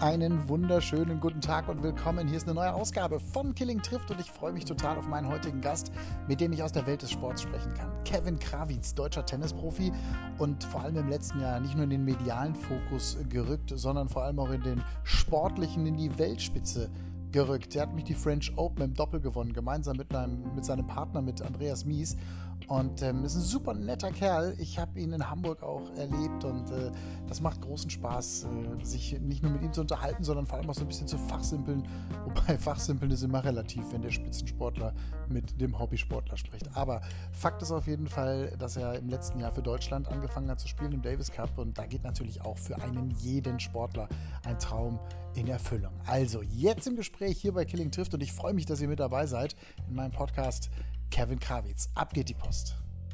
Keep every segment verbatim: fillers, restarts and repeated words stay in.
Einen wunderschönen guten Tag und willkommen. Hier ist eine neue Ausgabe von Killing trifft und ich freue mich total auf meinen heutigen Gast, mit dem ich aus der Welt des Sports sprechen kann. Kevin Krawietz, deutscher Tennisprofi und vor allem im letzten Jahr nicht nur in den medialen Fokus gerückt, sondern vor allem auch in den sportlichen, in die Weltspitze gerückt. Er hat mich die French Open im Doppel gewonnen, gemeinsam mit, einem, mit seinem Partner, mit Andreas Mies. Und ähm, ist ein super netter Kerl. Ich habe ihn in Hamburg auch erlebt und äh, das macht großen Spaß, äh, sich nicht nur mit ihm zu unterhalten, sondern vor allem auch so ein bisschen zu fachsimpeln. Wobei fachsimpeln ist immer relativ, wenn der Spitzensportler mit dem Hobbysportler spricht. Aber Fakt ist auf jeden Fall, dass er im letzten Jahr für Deutschland angefangen hat zu spielen im Davis Cup. Und da geht natürlich auch für einen jeden Sportler ein Traum in Erfüllung. Also jetzt im Gespräch hier bei Killing trifft und ich freue mich, dass ihr mit dabei seid in meinem Podcast Kevin Krawietz. Ab geht die Post.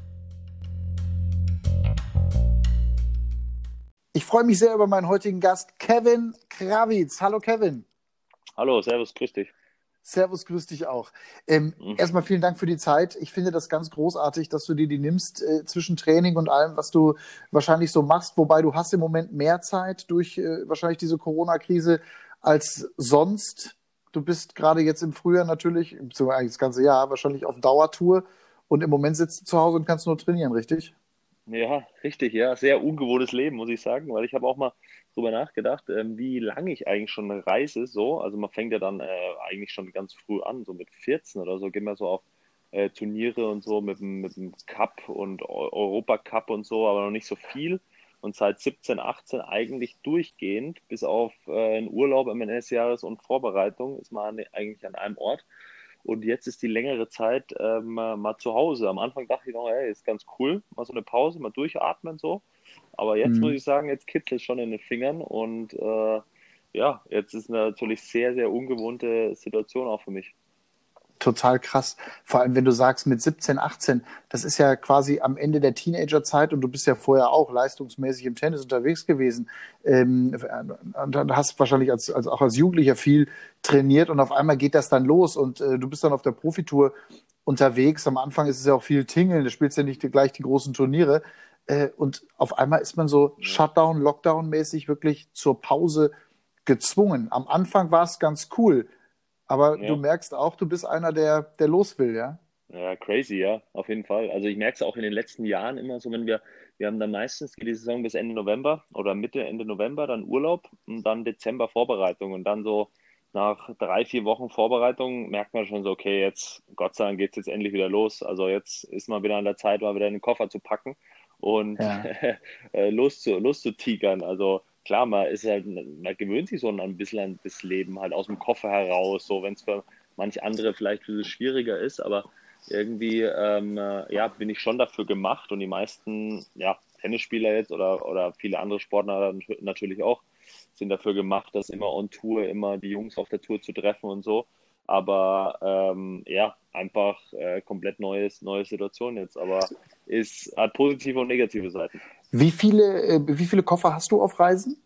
Ich freue mich sehr über meinen heutigen Gast, Kevin Krawietz. Hallo Kevin. Hallo, servus, grüß dich. Servus, grüß dich auch. Ähm, mhm. Erstmal vielen Dank für die Zeit. Ich finde das ganz großartig, dass du dir die nimmst äh, zwischen Training und allem, was du wahrscheinlich so machst. Wobei du hast im Moment mehr Zeit durch äh, wahrscheinlich diese Corona-Krise als sonst. Du bist gerade jetzt im Frühjahr natürlich, beziehungsweise eigentlich das ganze Jahr, wahrscheinlich auf Dauertour und im Moment sitzt du zu Hause und kannst nur trainieren, richtig? Ja, richtig, ja. Sehr ungewohntes Leben, muss ich sagen, weil ich habe auch mal drüber nachgedacht, ähm, wie lange ich eigentlich schon reise, so. Also man fängt ja dann äh, eigentlich schon ganz früh an, so mit vierzehn oder so, gehen wir so auf äh, Turniere und so mit, dem- mit dem Cup und Eu- Europacup und so, aber noch nicht so viel. Und seit siebzehn, achtzehn eigentlich durchgehend, bis auf äh, einen Urlaub am Ende des Jahres und Vorbereitung, ist man an- eigentlich an einem Ort. Und jetzt ist die längere Zeit ähm, mal zu Hause. Am Anfang dachte ich noch, ey, ist ganz cool, mal so eine Pause, mal durchatmen so. Aber jetzt muss Mhm. ich sagen, jetzt kitzelt es schon in den Fingern. Und äh, ja, jetzt ist eine natürlich sehr, sehr ungewohnte Situation auch für mich. Total krass. Vor allem, wenn du sagst mit siebzehn, achtzehn, das ist ja quasi am Ende der Teenagerzeit und du bist ja vorher auch leistungsmäßig im Tennis unterwegs gewesen. Ähm, und dann hast wahrscheinlich als, als, auch als Jugendlicher viel trainiert und auf einmal geht das dann los und äh, du bist dann auf der Profitour unterwegs. Am Anfang ist es ja auch viel Tingeln, du spielst ja nicht gleich die großen Turniere. Äh, und auf einmal ist man so Ja, Shutdown, Lockdown-mäßig wirklich zur Pause gezwungen. Am Anfang war es ganz cool. Aber du ja. merkst auch, du bist einer, der, der los will, ja? Ja, crazy, ja, auf jeden Fall. Also ich merke es auch in den letzten Jahren immer so, wenn wir, wir haben dann meistens geht die Saison bis Ende November oder Mitte, Ende November, dann Urlaub und dann Dezember Vorbereitung und dann so nach drei, vier Wochen Vorbereitung merkt man schon so, okay, jetzt, Gott sei Dank geht es jetzt endlich wieder los. Also jetzt ist mal wieder an der Zeit, mal wieder in den Koffer zu packen und Ja. äh, los zu, los zu tigern. Also klar, man ist halt, man gewöhnt sich so ein bisschen an das Leben halt aus dem Koffer heraus, so wenn es für manche andere vielleicht ein bisschen schwieriger ist, aber irgendwie ähm, äh, ja, bin ich schon dafür gemacht und die meisten ja, Tennisspieler jetzt oder, oder viele andere Sportler natürlich auch sind dafür gemacht, das immer on Tour, immer die Jungs auf der Tour zu treffen und so. Aber ähm, ja, einfach äh, komplett neues, neue Situation jetzt. Aber es hat positive und negative Seiten. Wie viele, äh, wie viele Koffer hast du auf Reisen?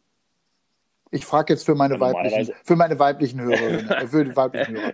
Ich frage jetzt für Ja, meine weiblichen, normalerweise. für meine weiblichen Hörerinnen, äh, für die weiblichen Hörer.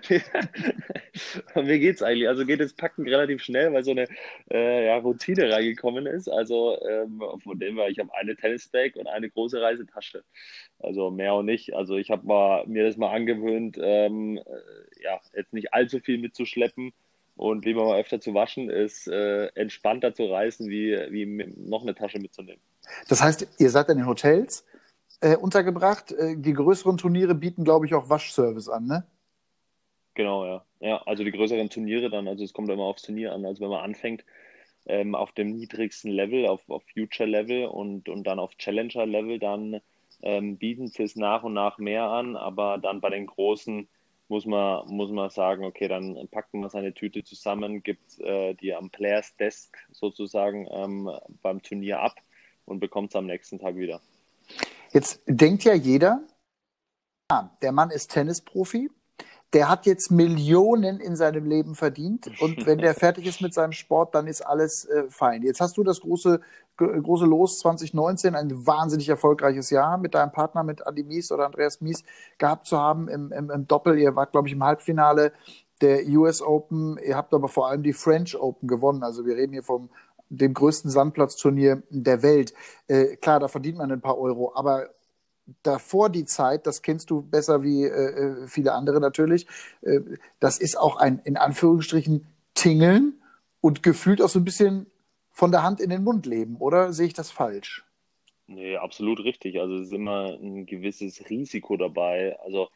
Mir geht's eigentlich. Also geht das Packen relativ schnell, weil so eine äh, ja, Routine reingekommen ist. Also ähm, von dem her, ich habe eine Tennisbag und eine große Reisetasche. Also mehr auch nicht. Also ich habe mal, mir das mal angewöhnt, ähm, äh, ja, jetzt nicht allzu viel mitzuschleppen und lieber mal öfter zu waschen, ist äh, entspannter zu reisen, wie, wie mit- noch eine Tasche mitzunehmen. Das heißt, ihr seid in den Hotels äh, untergebracht. Äh, die größeren Turniere bieten, glaube ich, auch Waschservice an, ne? Genau, ja. Ja, also die größeren Turniere dann, also es kommt immer aufs Turnier an. Also wenn man anfängt, ähm, auf dem niedrigsten Level, auf, auf Future-Level und, und dann auf Challenger-Level, dann ähm, bieten sie es nach und nach mehr an, aber dann bei den Großen muss man, muss man sagen, okay, dann packt man seine Tüte zusammen, gibt äh, die am Players Desk sozusagen ähm, beim Turnier ab und bekommt es am nächsten Tag wieder. Jetzt denkt ja jeder, der Mann ist Tennisprofi, der hat jetzt Millionen in seinem Leben verdient und wenn der fertig ist mit seinem Sport, dann ist alles äh, fein. Jetzt hast du das große, g- große Los zwanzig neunzehn, ein wahnsinnig erfolgreiches Jahr mit deinem Partner, mit Adi Mies oder Andreas Mies gehabt zu haben im, im, im Doppel. Ihr wart, glaube ich, im Halbfinale der U S Open. Ihr habt aber vor allem die French Open gewonnen. Also wir reden hier vom dem größten Sandplatzturnier der Welt. Äh, klar, da verdient man ein paar Euro, aber davor die Zeit, das kennst du besser wie äh, viele andere natürlich, äh, das ist auch ein, in Anführungsstrichen, Tingeln und gefühlt auch so ein bisschen von der Hand in den Mund leben, oder sehe ich das falsch? Nee, absolut richtig. Also es ist immer ein gewisses Risiko dabei. Also,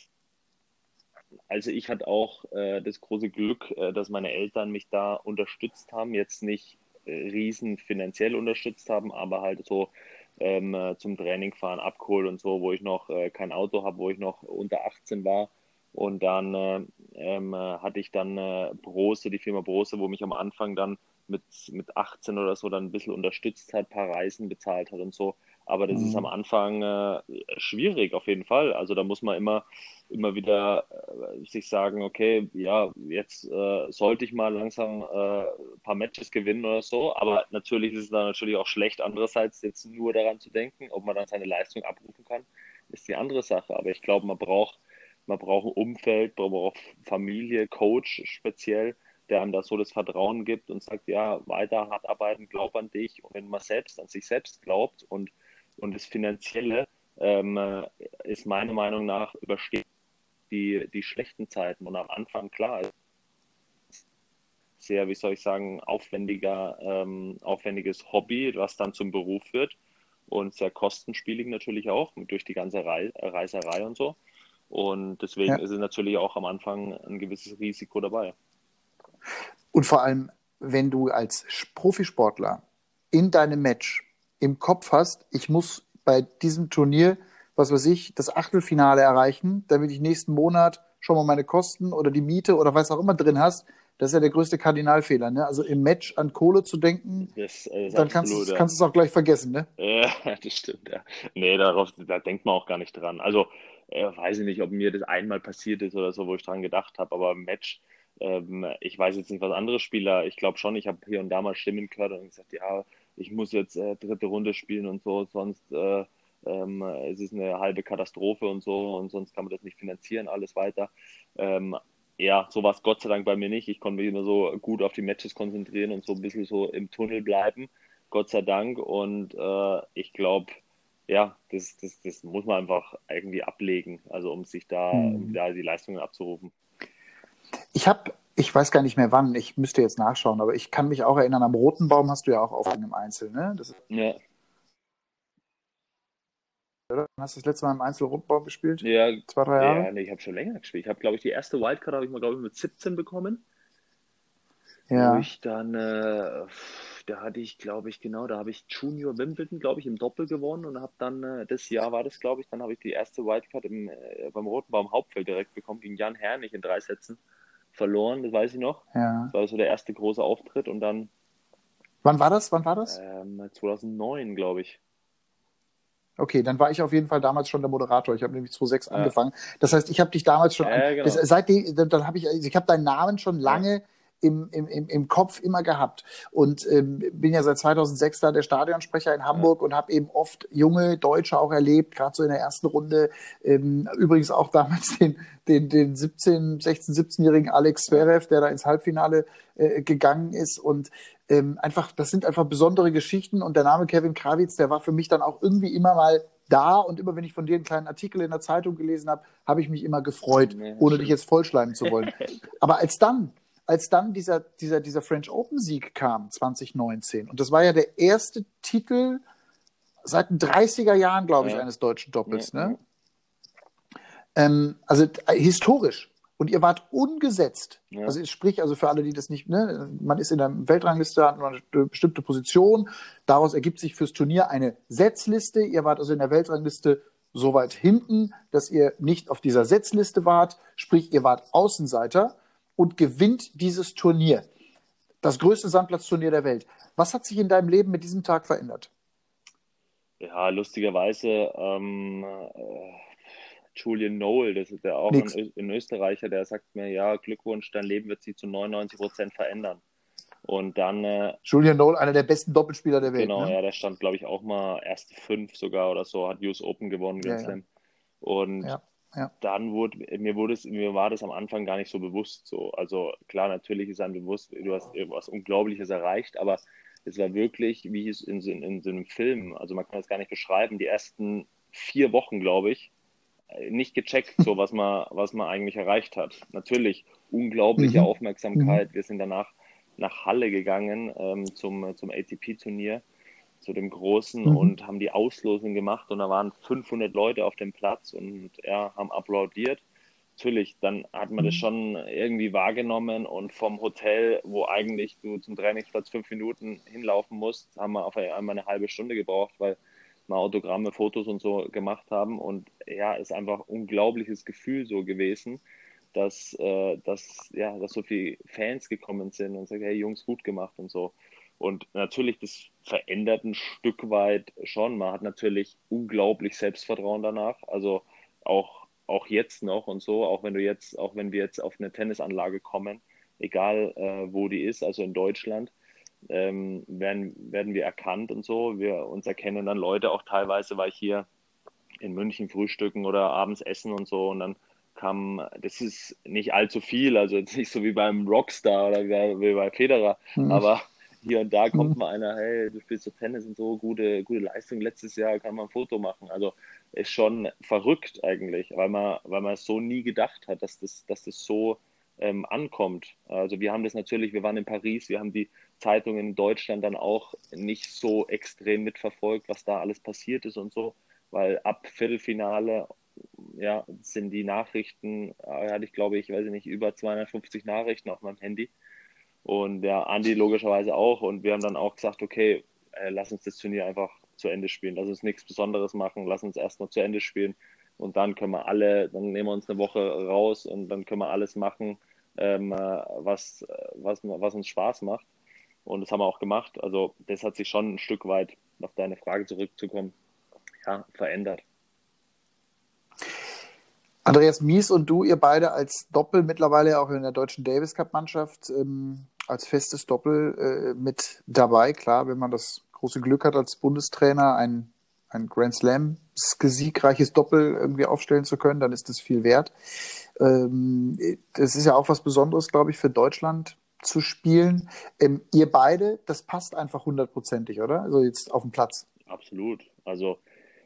also ich hatte auch äh, das große Glück, äh, dass meine Eltern mich da unterstützt haben. Jetzt nicht äh, riesen finanziell unterstützt haben, aber halt so ähm, äh, zum Training fahren, abgeholt und so, wo ich noch äh, kein Auto habe, wo ich noch unter achtzehn war. Und dann äh, ähm, äh, hatte ich dann äh, Brose, die Firma Brose, wo mich am Anfang dann mit, mit achtzehn oder so dann ein bisschen unterstützt hat, paar Reisen bezahlt hat und so. Aber das ist am Mhm. Anfang äh, schwierig auf jeden Fall. Also da muss man immer, immer wieder äh, sich sagen, okay, ja, jetzt äh, sollte ich mal langsam äh, ein paar Matches gewinnen oder so. Aber natürlich ist es dann natürlich auch schlecht, andererseits jetzt nur daran zu denken, ob man dann seine Leistung abrufen kann, ist die andere Sache. Aber ich glaube, man braucht, man braucht ein Umfeld, man braucht Familie, Coach speziell, der einem da so das Vertrauen gibt und sagt, ja, weiter hart arbeiten, glaub an dich. Und wenn man selbst an sich selbst glaubt und, und das Finanzielle ähm, äh, ist meiner Meinung nach übersteht die, die schlechten Zeiten. Und am Anfang, klar, sehr, wie soll ich sagen, aufwendiger, ähm, aufwendiges Hobby, was dann zum Beruf wird und sehr kostenspielig natürlich auch, durch die ganze Rei Reiserei und so. Und deswegen Ja. ist es natürlich auch am Anfang ein gewisses Risiko dabei. Und vor allem, wenn du als Profisportler in deinem Match im Kopf hast, ich muss bei diesem Turnier, was weiß ich, das Achtelfinale erreichen, damit ich nächsten Monat schon mal meine Kosten oder die Miete oder was auch immer drin hast, das ist ja der größte Kardinalfehler. Ne? Also im Match an Kohle zu denken, Das äh, ist dann kannst du absolut, es ja. kannst du es auch gleich vergessen. Ne? Ja, das stimmt, ja. Nee, darauf, da denkt man auch gar nicht dran. Also, äh, weiß ich nicht, ob mir das einmal passiert ist oder so, wo ich dran gedacht habe, aber im Match, ähm, ich weiß jetzt nicht, was andere Spieler, ich glaube schon, ich habe hier und da mal Stimmen gehört und gesagt, ja, ich muss jetzt äh, dritte Runde spielen und so, sonst äh, ähm, es ist eine halbe Katastrophe und so und sonst kann man das nicht finanzieren, alles weiter. Ähm, ja, so war es Gott sei Dank bei mir nicht. Ich konnte mich immer so gut auf die Matches konzentrieren und so ein bisschen so im Tunnel bleiben. Gott sei Dank. Und äh, ich glaube, ja, das, das, das muss man einfach irgendwie ablegen, also um sich da, um Hm. da die Leistungen abzurufen. Ich habe, ich weiß gar nicht mehr wann, ich müsste jetzt nachschauen, aber ich kann mich auch erinnern, am Roten Baum hast du ja auch auf einem Einzel, ne? Das ist, Ja, oder? Hast du das letzte Mal im Einzel Roten Baum gespielt? ja, Zwei, drei Jahre? ja, nee, ich habe schon länger gespielt. Ich habe, glaube ich, die erste Wildcard habe ich mal, glaube ich, mit siebzehn bekommen, wo Ja. ich dann, äh, da hatte ich, glaube ich, genau, da habe ich Junior Wimbledon, glaube ich, im Doppel gewonnen und habe dann, äh, das Jahr war das, glaube ich, dann habe ich die erste Wildcard im, äh, beim Roten Baum Hauptfeld direkt bekommen, gegen Jan Herrnig in drei Sätzen verloren, das weiß ich noch. Ja. Das war so der erste große Auftritt und dann Wann war das? Wann war das? ähm, zweitausendneun, glaube ich. Okay, dann war ich auf jeden Fall damals schon der Moderator. Ich habe nämlich zweitausendsechs Ja, angefangen. Das heißt, ich habe dich damals schon an. ja, Das, genau. seitdem, dann, dann habe ich, also ich habe deinen Namen schon Ja, lange im, im, im, im Kopf immer gehabt und ähm, bin ja seit zweitausendsechs da der Stadionsprecher in ja, Hamburg und habe eben oft junge Deutsche auch erlebt, gerade so in der ersten Runde. Ähm, übrigens auch damals den, den, den siebzehn, sechzehn, siebzehn-jährigen Alex ja, Zverev, der da ins Halbfinale äh, gegangen ist und ähm, einfach, das sind einfach besondere Geschichten und der Name Kevin Krawitz, der war für mich dann auch irgendwie immer mal da und immer wenn ich von dir einen kleinen Artikel in der Zeitung gelesen habe, habe ich mich immer gefreut, ja, ohne dich schön. jetzt vollschleimen zu wollen. Aber als dann, als dann dieser, dieser, dieser French Open Sieg kam, zwanzig neunzehn, und das war ja der erste Titel seit den dreißiger Jahren, glaube ich, Ja, eines deutschen ja, Doppels, ne? ja, Ähm, also äh, historisch. Und ihr wart ungesetzt. ja. Also sprich, also für alle, die das nicht, ne, man ist in der Weltrangliste, hat man eine bestimmte Position. Daraus ergibt sich fürs Turnier eine Setzliste. Ihr wart also in der Weltrangliste so weit hinten, dass ihr nicht auf dieser Setzliste wart. Sprich, ihr wart Außenseiter und gewinnt dieses Turnier. Das größte Sandplatzturnier der Welt. Was hat sich in deinem Leben mit diesem Tag verändert? Ja, lustigerweise, ähm, äh, Julian Noel, das ist ja auch ein, Nix. Ö- ein Österreicher, der sagt mir, ja, Glückwunsch, dein Leben wird sich zu neunundneunzig Prozent verändern. Und dann, äh, Julian Noel, einer der besten Doppelspieler der Welt, genau, ne? ja, der stand, glaube ich, auch mal erste fünf sogar oder so, hat U S Open gewonnen, Ja, Grand ja, Slam. Und ja, ja. dann wurde, mir wurde es, mir war das am Anfang gar nicht so bewusst so. Also klar, natürlich ist einem bewusst, du hast irgendwas Unglaubliches erreicht, aber es war wirklich, wie es in, so- in, so einem Film, also man kann es gar nicht beschreiben, die ersten vier Wochen, glaube ich, nicht gecheckt, so was man, was man eigentlich erreicht hat. Natürlich unglaubliche Mhm. Mhm. Aufmerksamkeit. Wir sind danach nach Halle gegangen ähm, zum, zum A T P-Turnier, zu dem großen, Mhm. und haben die Auslosung gemacht, und da waren fünfhundert Leute auf dem Platz und ja, haben applaudiert. Natürlich, dann hat man das Mhm. schon irgendwie wahrgenommen, und vom Hotel, wo eigentlich du zum Trainingsplatz fünf Minuten hinlaufen musst, haben wir auf einmal eine halbe Stunde gebraucht, weil wir Autogramme, Fotos und so gemacht haben. Und ja, ist einfach ein unglaubliches Gefühl so gewesen, dass, äh, dass, ja, dass so viele Fans gekommen sind und sagen, hey Jungs, gut gemacht und so. Und natürlich, das verändert ein Stück weit schon. Man hat natürlich unglaublich Selbstvertrauen danach. Also auch, auch jetzt noch und so, auch wenn du jetzt, auch wenn wir jetzt auf eine Tennisanlage kommen, egal äh, wo die ist, also in Deutschland, ähm, werden, werden wir erkannt und so. Wir uns erkennen dann Leute auch teilweise, weil ich hier in München frühstücken oder abends essen und so, und dann kam, das ist nicht allzu viel, also jetzt nicht so wie beim Rockstar oder wie, wie bei Federer, Mhm. aber hier und da kommt Mhm. mal einer, hey, du spielst so Tennis und so, gute, gute Leistung letztes Jahr, kann man ein Foto machen. Also ist schon verrückt eigentlich, weil man, weil man es so nie gedacht hat, dass das, dass das so ähm, ankommt. Also wir haben das natürlich, wir waren in Paris, wir haben die Zeitungen in Deutschland dann auch nicht so extrem mitverfolgt, was da alles passiert ist und so, weil ab Viertelfinale, ja, sind die Nachrichten, äh, hatte ich glaube ich, weiß ich nicht, über zweihundertfünfzig Nachrichten auf meinem Handy, und der Andi logischerweise auch, und wir haben dann auch gesagt, okay, äh, lass uns das Turnier einfach zu Ende spielen, lass uns nichts Besonderes machen, lass uns erstmal zu Ende spielen, und dann können wir alle, dann nehmen wir uns eine Woche raus, und dann können wir alles machen, ähm, äh, was, was, was uns Spaß macht, und das haben wir auch gemacht. Also das hat sich schon ein Stück weit, auf deine Frage zurückzukommen, ja, verändert. Andreas Mies und du, ihr beide als Doppel mittlerweile auch in der deutschen Davis Cup Mannschaft ähm, als festes Doppel äh, mit dabei. Klar, wenn man das große Glück hat, als Bundestrainer ein, ein Grand Slam siegreiches Doppel irgendwie aufstellen zu können, dann ist das viel wert. Ähm, das ist ja auch was Besonderes, glaube ich, für Deutschland zu spielen. Ähm, ihr beide, das passt einfach hundertprozentig, oder? Also jetzt auf dem Platz. Absolut. Also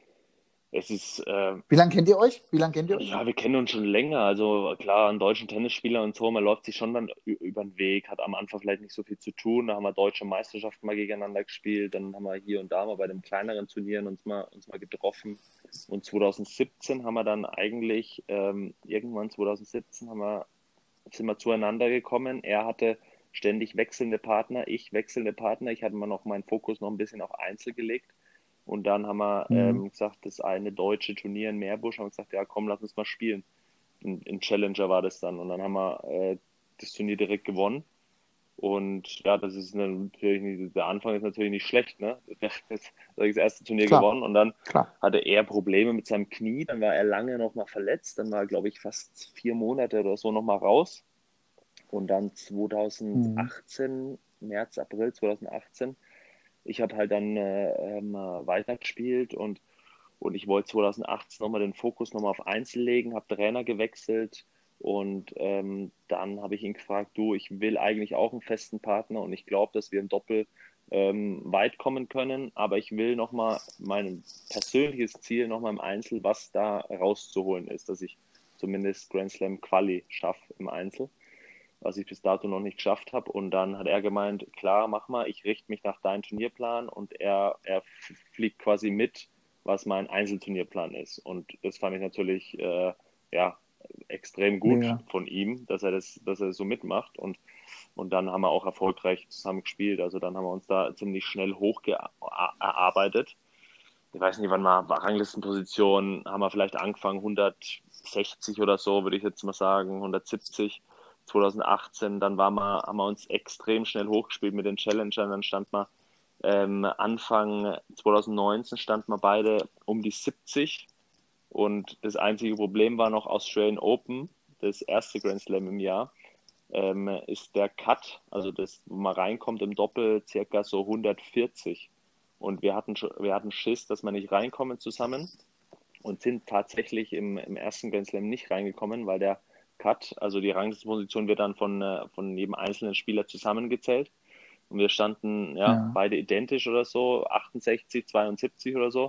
es ist, äh, Wie lange kennt ihr euch? Wie lange kennt ihr euch? ja, wir kennen uns schon länger. Also klar, einen deutschen Tennisspieler und so, man läuft sich schon dann ü- über den Weg, hat am Anfang vielleicht nicht so viel zu tun. Da haben wir deutsche Meisterschaften mal gegeneinander gespielt, dann haben wir hier und da mal bei den kleineren Turnieren uns mal, uns mal getroffen. Und zwanzig siebzehn haben wir dann eigentlich, ähm, irgendwann zwanzig siebzehn haben wir, sind wir zueinander gekommen. Er hatte ständig wechselnde Partner, ich wechselnde Partner. Ich hatte mal noch meinen Fokus noch ein bisschen auf Einzel gelegt. Und dann haben wir Mhm. ähm, gesagt, das eine deutsche Turnier in Meerbusch, haben wir gesagt, ja komm, lass uns mal spielen. In, in Challenger war das dann. Und dann haben wir äh, das Turnier direkt gewonnen. Und ja, das ist natürlich nicht, der Anfang ist natürlich nicht schlecht, ne? Das, das erste Turnier Klar, gewonnen, und dann klar. hatte er Probleme mit seinem Knie, dann war er lange noch mal verletzt, dann war er, glaube ich, fast vier Monate oder so noch mal raus. Und dann Mhm. zwanzig achtzehn, März, April zwanzig achtzehn, ich habe halt dann äh, ähm, weitergespielt, und, und ich wollte zwanzig achtzehn nochmal den Fokus nochmal auf Einzel legen, habe Trainer gewechselt, und ähm, dann habe ich ihn gefragt, du, ich will eigentlich auch einen festen Partner, und ich glaube, dass wir im Doppel ähm, weit kommen können, aber ich will nochmal mein persönliches Ziel nochmal im Einzel, was da rauszuholen ist, dass ich zumindest Grand Slam Quali schaffe im Einzel, was ich bis dato noch nicht geschafft habe. Und dann hat er gemeint, klar, mach mal, ich richte mich nach deinem Turnierplan, und er, er fliegt quasi mit, was mein Einzelturnierplan ist. Und das fand ich natürlich äh, ja, extrem gut Mega. von ihm, dass er das, dass er das so mitmacht. Und, und dann haben wir auch erfolgreich zusammen gespielt. Also dann haben wir uns da ziemlich schnell hochgearbeitet. Ich weiß nicht, wann wir Ranglistenposition haben wir vielleicht angefangen, hundertsechzig oder so, würde ich jetzt mal sagen, hundertsiebzig. zwanzig achtzehn, dann waren wir, haben wir uns extrem schnell hochgespielt mit den Challengern, dann stand man ähm, Anfang zwanzig neunzehn standen wir beide um die siebzig, und das einzige Problem war noch Australian Open, das erste Grand Slam im Jahr, ähm, ist der Cut, also das, wo man reinkommt im Doppel, circa so hundertvierzig. Und wir hatten, wir hatten Schiss, dass wir nicht reinkommen zusammen, und sind tatsächlich im, im ersten Grand Slam nicht reingekommen, weil der Cut, also die Ranglistenposition, wird dann von, äh, von jedem einzelnen Spieler zusammengezählt. Und wir standen ja Ja. beide identisch oder so, achtundsechzig, zweiundsiebzig oder so.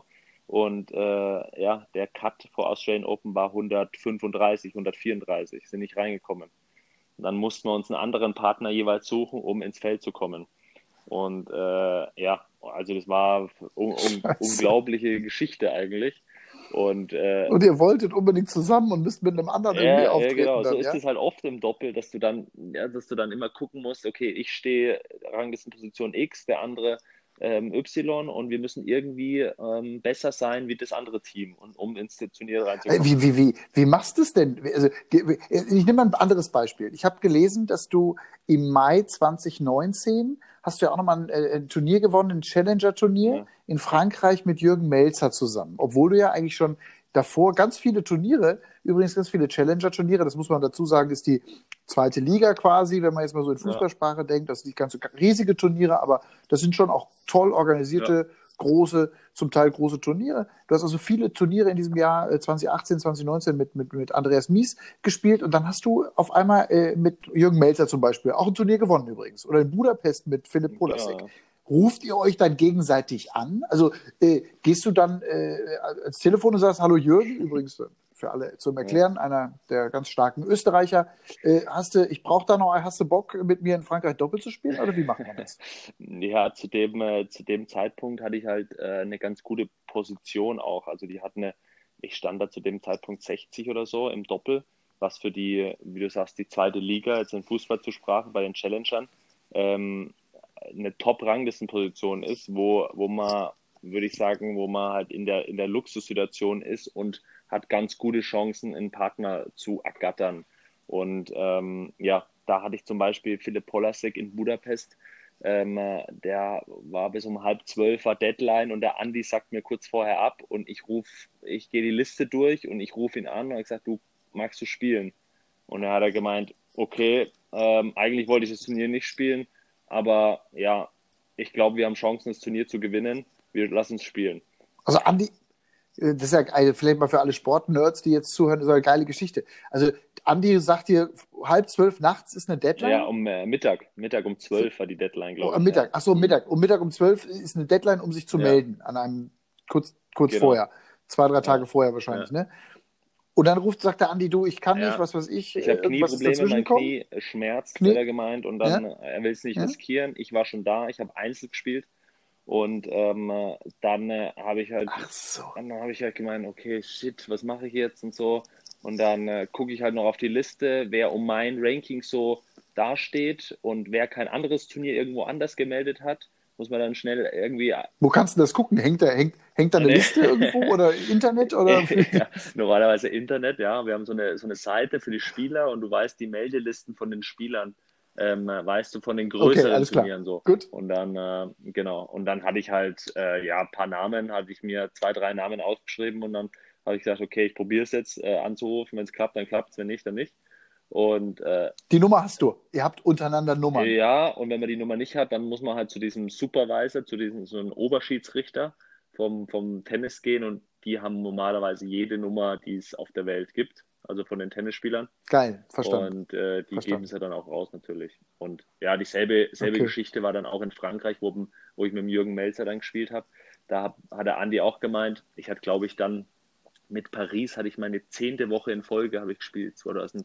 Und äh, ja, der Cut vor Australian Open war hundertfünfunddreißig, hundertvierunddreißig, sind nicht reingekommen. Und dann mussten wir uns einen anderen Partner jeweils suchen, um ins Feld zu kommen. Und äh, ja, also das war un- un- unglaubliche Geschichte eigentlich. Und, äh, und ihr wolltet unbedingt zusammen und müsst mit einem anderen irgendwie ja, ja, auftreten. genau. So Dann, ist ja? es halt oft im Doppel, dass du dann, ja, dass du dann immer gucken musst, okay, ich stehe Ranglistenposition X, der andere ähm, Y und wir müssen irgendwie ähm, besser sein wie das andere Team, und, um ins Turnier Äh, reinzukommen. Wie, wie, wie, wie machst du es denn? Also, ge- ich nehme mal ein anderes Beispiel. Ich habe gelesen, dass du im Mai zwanzig neunzehn hast du ja auch nochmal ein, äh, ein Turnier gewonnen, ein Challenger-Turnier Ja, in Frankreich mit Jürgen Melzer zusammen. Obwohl du ja eigentlich schon davor ganz viele Turniere, übrigens ganz viele Challenger-Turniere, das muss man dazu sagen, ist die zweite Liga quasi, wenn man jetzt mal so in ja, Fußballsprache denkt. Das sind nicht ganz so riesige Turniere, aber das sind schon auch toll ja. organisierte, große, zum Teil große Turniere. Du hast also viele Turniere in diesem Jahr äh, zwanzig achtzehn, zwanzig neunzehn mit, mit, mit Andreas Mies gespielt und dann hast du auf einmal äh, mit Jürgen Melzer zum Beispiel auch ein Turnier gewonnen übrigens. Oder in Budapest mit Philipp Polasek. Genau. Ruft ihr euch dann gegenseitig an? Also äh, gehst du dann äh, ans Telefon und sagst, hallo Jürgen, übrigens äh, für alle zum Ja. Erklären, einer der ganz starken Österreicher. Äh, hast du, ich brauche da noch, hast du Bock, mit mir in Frankreich Doppel zu spielen oder wie macht man das? Ja, zu dem, äh, zu dem Zeitpunkt hatte ich halt äh, eine ganz gute Position auch. Also die hatten eine, ich stand da zu dem Zeitpunkt sechzig oder so im Doppel, was für die, wie du sagst, die zweite Liga, jetzt in Fußball zu Sprache bei den Challengern, ähm, eine Top-Ranglistenposition ist, wo, wo man, würde ich sagen, wo man halt in der, in der Luxussituation ist und hat ganz gute Chancen, einen Partner zu ergattern. Und ähm, ja, da hatte ich zum Beispiel Philipp Polasek in Budapest. Ähm, der war bis um halb zwölf war Deadline und der Andi sagt mir kurz vorher ab und ich rufe, ich gehe die Liste durch und ich rufe ihn an und ich sage, du, magst du spielen? Und dann hat er gemeint, okay, ähm, eigentlich wollte ich das Turnier nicht spielen, aber ja, ich glaube, wir haben Chancen, das Turnier zu gewinnen. Wir lassen es spielen. Also Andi, äh, das ist ja geil, vielleicht mal für alle Sportnerds, die jetzt zuhören, das ist eine geile Geschichte. Also Andi sagt dir, halb zwölf nachts ist eine Ja, Deadline? um äh, Mittag. Mittag um zwölf war die Deadline, Oh, glaube am ich. Ja. Mittag, ach so, Mittag. Um Mittag um zwölf ist eine Deadline, um sich zu Ja, melden, an einem kurz, kurz genau. vorher. Zwei, drei Ja, Tage vorher ja, wahrscheinlich, ne? Und dann ruft, sagt der Andi, du, ich kann nicht, ja. was weiß ich, Ich äh, habe irgendwas ist Knieprobleme, dazwischen mein gekommen. Knie schmerzt, hat Knie, er gemeint. Und ja, dann, äh, er will es nicht ja. riskieren. Ich war schon da, ich habe Einzel gespielt. Und ähm, äh, dann äh, habe ich halt, Ach so. dann habe ich halt gemeint, okay, shit, was mache ich jetzt und so. Und dann äh, gucke ich halt noch auf die Liste, wer um mein Ranking so dasteht und wer kein anderes Turnier irgendwo anders gemeldet hat, muss man dann schnell irgendwie. Wo kannst du das gucken? Hängt da, hängt, hängt da eine Ne, Liste irgendwo oder Internet oder? ja, normalerweise Internet, ja. Wir haben so eine, so eine Seite für die Spieler und du weißt die Meldelisten von den Spielern, ähm, weißt du von den Okay, größeren alles klar. Turnieren so. Gut. Und dann, äh, genau, und dann hatte ich halt, äh, ja, ein paar Namen, hatte ich mir zwei, drei Namen aufgeschrieben und dann habe ich gesagt, okay, ich probiere es jetzt äh, anzurufen. Wenn es klappt, dann klappt es, wenn nicht, dann nicht. Und äh, Die Nummer hast du. Ihr habt untereinander Nummern. ja, und wenn man die Nummer nicht hat, dann muss man halt zu diesem Supervisor, zu diesem so einem Oberschiedsrichter vom, vom Tennis gehen und die haben normalerweise jede Nummer, die es auf der Welt gibt, also von den Tennisspielern. Geil, verstanden. Und äh, die Verstanden. geben sie dann auch raus natürlich. Und ja, dieselbe selbe Okay. Geschichte war dann auch in Frankreich, wo, wo ich mit dem Jürgen Melzer dann gespielt habe. Da hat, hat der Andi auch gemeint, ich hatte, glaube ich, dann mit Paris hatte ich meine zehnte Woche in Folge, habe ich gespielt, zweitausend,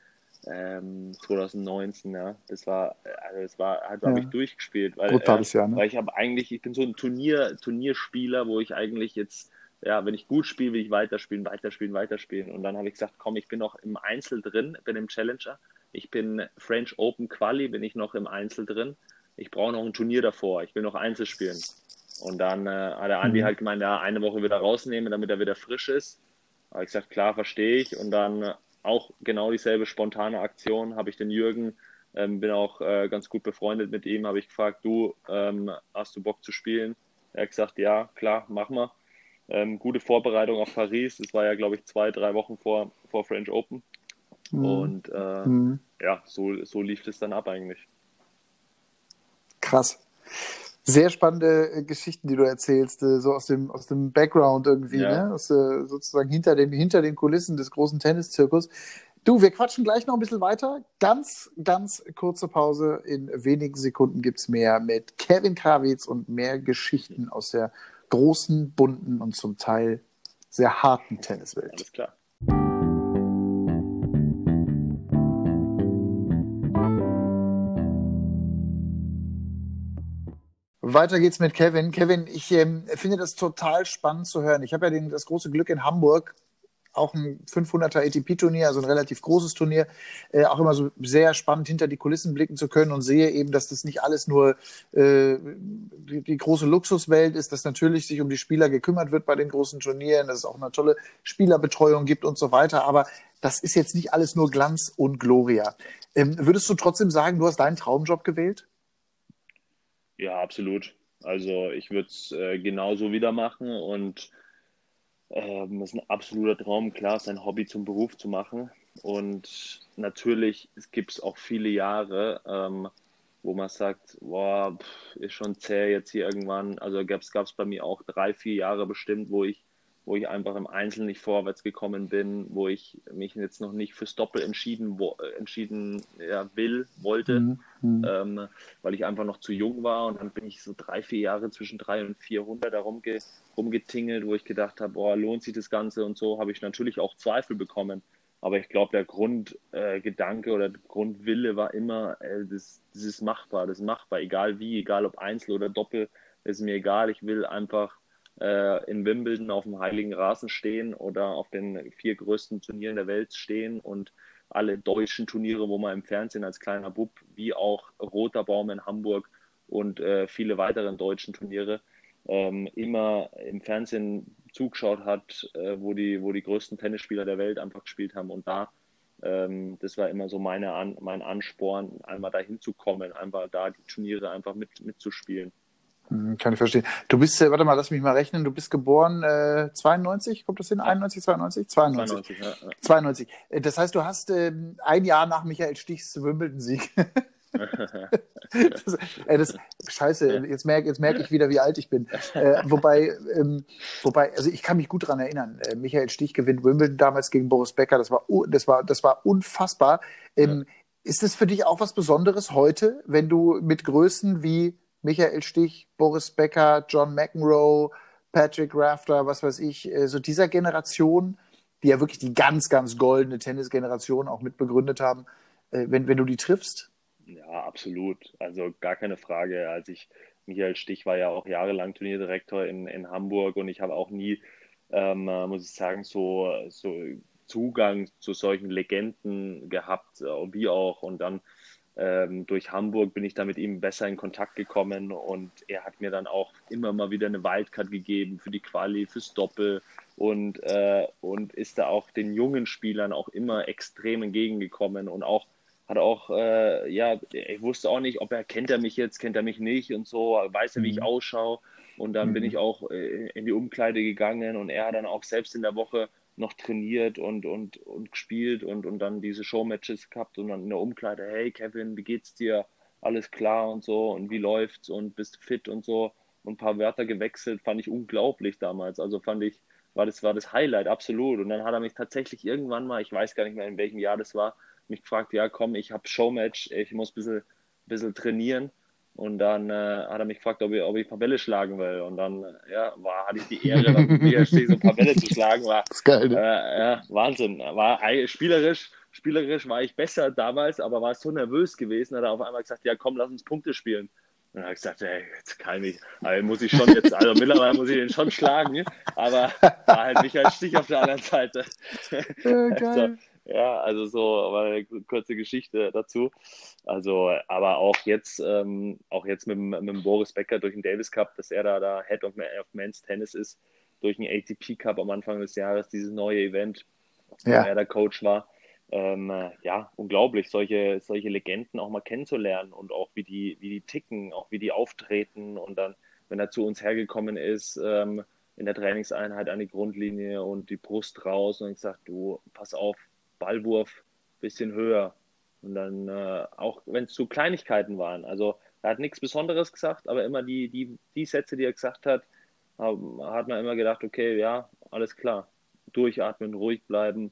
ähm, zwanzig neunzehn, ja. Das war, also das war, also habe Ja. ich durchgespielt, weil, äh, Brutales Jahr, ne? weil ich habe eigentlich, ich bin so ein Turnier, Turnierspieler, wo ich eigentlich jetzt, ja, wenn ich gut spiele, will ich weiterspielen, weiterspielen, weiterspielen. Und dann habe ich gesagt, komm, ich bin noch im Einzel drin, bin im Challenger. Ich bin French Open Quali, bin ich noch im Einzel drin. Ich brauche noch ein Turnier davor, ich will noch Einzel spielen. Und dann äh, hat der Andi Mhm. halt gemeint, ja, eine Woche wieder rausnehmen, damit er wieder frisch ist. Da habe ich gesagt, klar, verstehe ich. Und dann äh, auch genau dieselbe spontane Aktion, habe ich den Jürgen, ähm, bin auch äh, ganz gut befreundet mit ihm, habe ich gefragt, du, ähm, hast du Bock zu spielen? Er hat gesagt, ja, klar, mach mal. Ähm, gute Vorbereitung auf Paris, das war ja, glaube ich, zwei, drei Wochen vor, vor French Open. Mhm. Und äh, Mhm. ja, so, so lief es dann ab eigentlich. Krass. Sehr spannende äh, Geschichten, die du erzählst, äh, so aus dem, aus dem Background irgendwie, Ja. ne? Aus, äh, sozusagen hinter den, hinter den Kulissen des großen Tenniszirkus. Du, wir quatschen gleich noch ein bisschen weiter. Ganz, ganz kurze Pause. In wenigen Sekunden gibt es mehr mit Kevin Krawietz und mehr Geschichten aus der großen, bunten und zum Teil sehr harten Tenniswelt. Alles klar. Weiter geht's mit Kevin. Kevin, ich ähm, finde das total spannend zu hören. Ich habe ja den, das große Glück in Hamburg, auch ein fünfhunderter A T P-Turnier, also ein relativ großes Turnier, äh, auch immer so sehr spannend hinter die Kulissen blicken zu können und sehe eben, dass das nicht alles nur äh, die, die große Luxuswelt ist, dass natürlich sich um die Spieler gekümmert wird bei den großen Turnieren, dass es auch eine tolle Spielerbetreuung gibt und so weiter, aber das ist jetzt nicht alles nur Glanz und Gloria. Ähm, würdest du trotzdem sagen, du hast deinen Traumjob gewählt? Ja, absolut. Also ich würde es äh, genauso wieder machen und ähm, es ist ein absoluter Traum, klar, sein Hobby zum Beruf zu machen. Und natürlich gibt es auch viele Jahre, ähm, wo man sagt, boah, pff, ist schon zäh jetzt hier irgendwann. Also gab es bei mir auch drei, vier Jahre bestimmt, wo ich, wo ich einfach im Einzel nicht vorwärts gekommen bin, wo ich mich jetzt noch nicht fürs Doppel entschieden, wo, entschieden ja, will, wollte. Mhm. Mhm. Ähm, weil ich einfach noch zu jung war und dann bin ich so drei, vier Jahre zwischen drei und vierhundert da rumge rumgetingelt, wo ich gedacht habe, boah, lohnt sich das Ganze und so, habe ich natürlich auch Zweifel bekommen. Aber ich glaube, der Grundgedanke äh, Gedanke oder der Grundwille war immer, äh, das, das ist machbar, das ist machbar, egal wie, egal ob Einzel oder Doppel, ist mir egal. Ich will einfach äh, in Wimbledon auf dem heiligen Rasen stehen oder auf den vier größten Turnieren der Welt stehen und alle deutschen Turniere, wo man im Fernsehen als kleiner Bub, wie auch Roter Baum in Hamburg und äh, viele weitere deutschen Turniere, ähm, immer im Fernsehen zugeschaut hat, äh, wo, die, wo die größten Tennisspieler der Welt einfach gespielt haben. Und da, ähm, das war immer so meine An mein Ansporn, einmal dahin zu kommen, einfach da die Turniere einfach mit, mitzuspielen. Hm, kann ich verstehen. Du bist, äh, warte mal, lass mich mal rechnen, du bist geboren äh, zweiundneunzig, kommt das hin? Ja, einundneunzig, zweiundneunzig? zweiundneunzig. zweiundneunzig, ja, ja. zweiundneunzig. Äh, Das heißt, du hast ähm, ein Jahr nach Michael Stichs Wimbledon-Sieg. das, äh, das, scheiße, jetzt merke jetzt merk ich wieder, wie alt ich bin. Äh, wobei, ähm, wobei, also ich kann mich gut daran erinnern. Äh, Michael Stich gewinnt Wimbledon damals gegen Boris Becker. Das war, das war, das war unfassbar. Ähm, Ja. ist es für dich auch was Besonderes heute, wenn du mit Größen wie Michael Stich, Boris Becker, John McEnroe, Patrick Rafter, was weiß ich, äh, so dieser Generation, die ja wirklich die ganz, ganz goldene Tennisgeneration auch mit begründet haben, äh, wenn, wenn du die triffst? Ja, absolut. Also gar keine Frage. Als ich, Michael Stich war ja auch jahrelang Turnierdirektor in, in Hamburg und ich habe auch nie, ähm, äh, muss ich sagen, so, so Zugang zu solchen Legenden gehabt, äh, wie auch. Und dann ähm, durch Hamburg bin ich da mit ihm besser in Kontakt gekommen und er hat mir dann auch immer mal wieder eine Wildcard gegeben für die Quali, fürs Doppel und, äh, und ist da auch den jungen Spielern auch immer extrem entgegengekommen und auch hat auch, äh, ja, ich wusste auch nicht, ob er, kennt er mich jetzt, kennt er mich nicht und so, weiß er, wie ich Mhm. ausschaue. Und dann bin Mhm. ich auch äh, in die Umkleide gegangen und er hat dann auch selbst in der Woche noch trainiert und, und, und gespielt und, und dann diese Showmatches gehabt und dann in der Umkleide, hey Kevin, wie geht's dir? Alles klar und so und wie läuft's und bist fit und so und ein paar Wörter gewechselt, fand ich unglaublich damals. Also fand ich, war das, war das Highlight, absolut. Und dann hat er mich tatsächlich irgendwann mal, ich weiß gar nicht mehr in welchem Jahr das war, mich gefragt, ja komm, ich habe Showmatch, ich muss ein bisschen, bisschen trainieren. Und dann äh, hat er mich gefragt, ob ich, ob ich ein paar Bälle schlagen will. Und dann äh, ja, war, hatte ich die Ehre, dann mit mir so ein paar Bälle zu schlagen. War Das ist geil, äh, ne? ja, Wahnsinn. War spielerisch, spielerisch war ich besser damals, aber war so nervös gewesen. Hat er auf einmal gesagt, ja komm, lass uns Punkte spielen. Und dann habe ich gesagt, ey, jetzt kann ich, also muss ich schon jetzt, also mittlerweile muss ich den schon schlagen, aber war halt Michael Stich auf der anderen Seite. Äh, Also, geil. ja, also so war eine kurze Geschichte dazu. Also, aber auch jetzt, ähm, auch jetzt mit, mit dem Boris Becker durch den Davis Cup, dass er da, da Head of, of Men's Tennis ist, durch den A T P Cup am Anfang des Jahres, dieses neue Event, wo Ja. er der Coach war. Ähm, ja, unglaublich, solche, solche Legenden auch mal kennenzulernen und auch wie die, wie die ticken, auch wie die auftreten und dann, wenn er zu uns hergekommen ist, ähm, in der Trainingseinheit an die Grundlinie und die Brust raus und gesagt, du, pass auf, Ballwurf bisschen höher. Und dann äh, auch, wenn es so Kleinigkeiten waren, also er hat nichts Besonderes gesagt, aber immer die, die, die Sätze, die er gesagt hat, hat man immer gedacht, okay, ja, alles klar, durchatmen, ruhig bleiben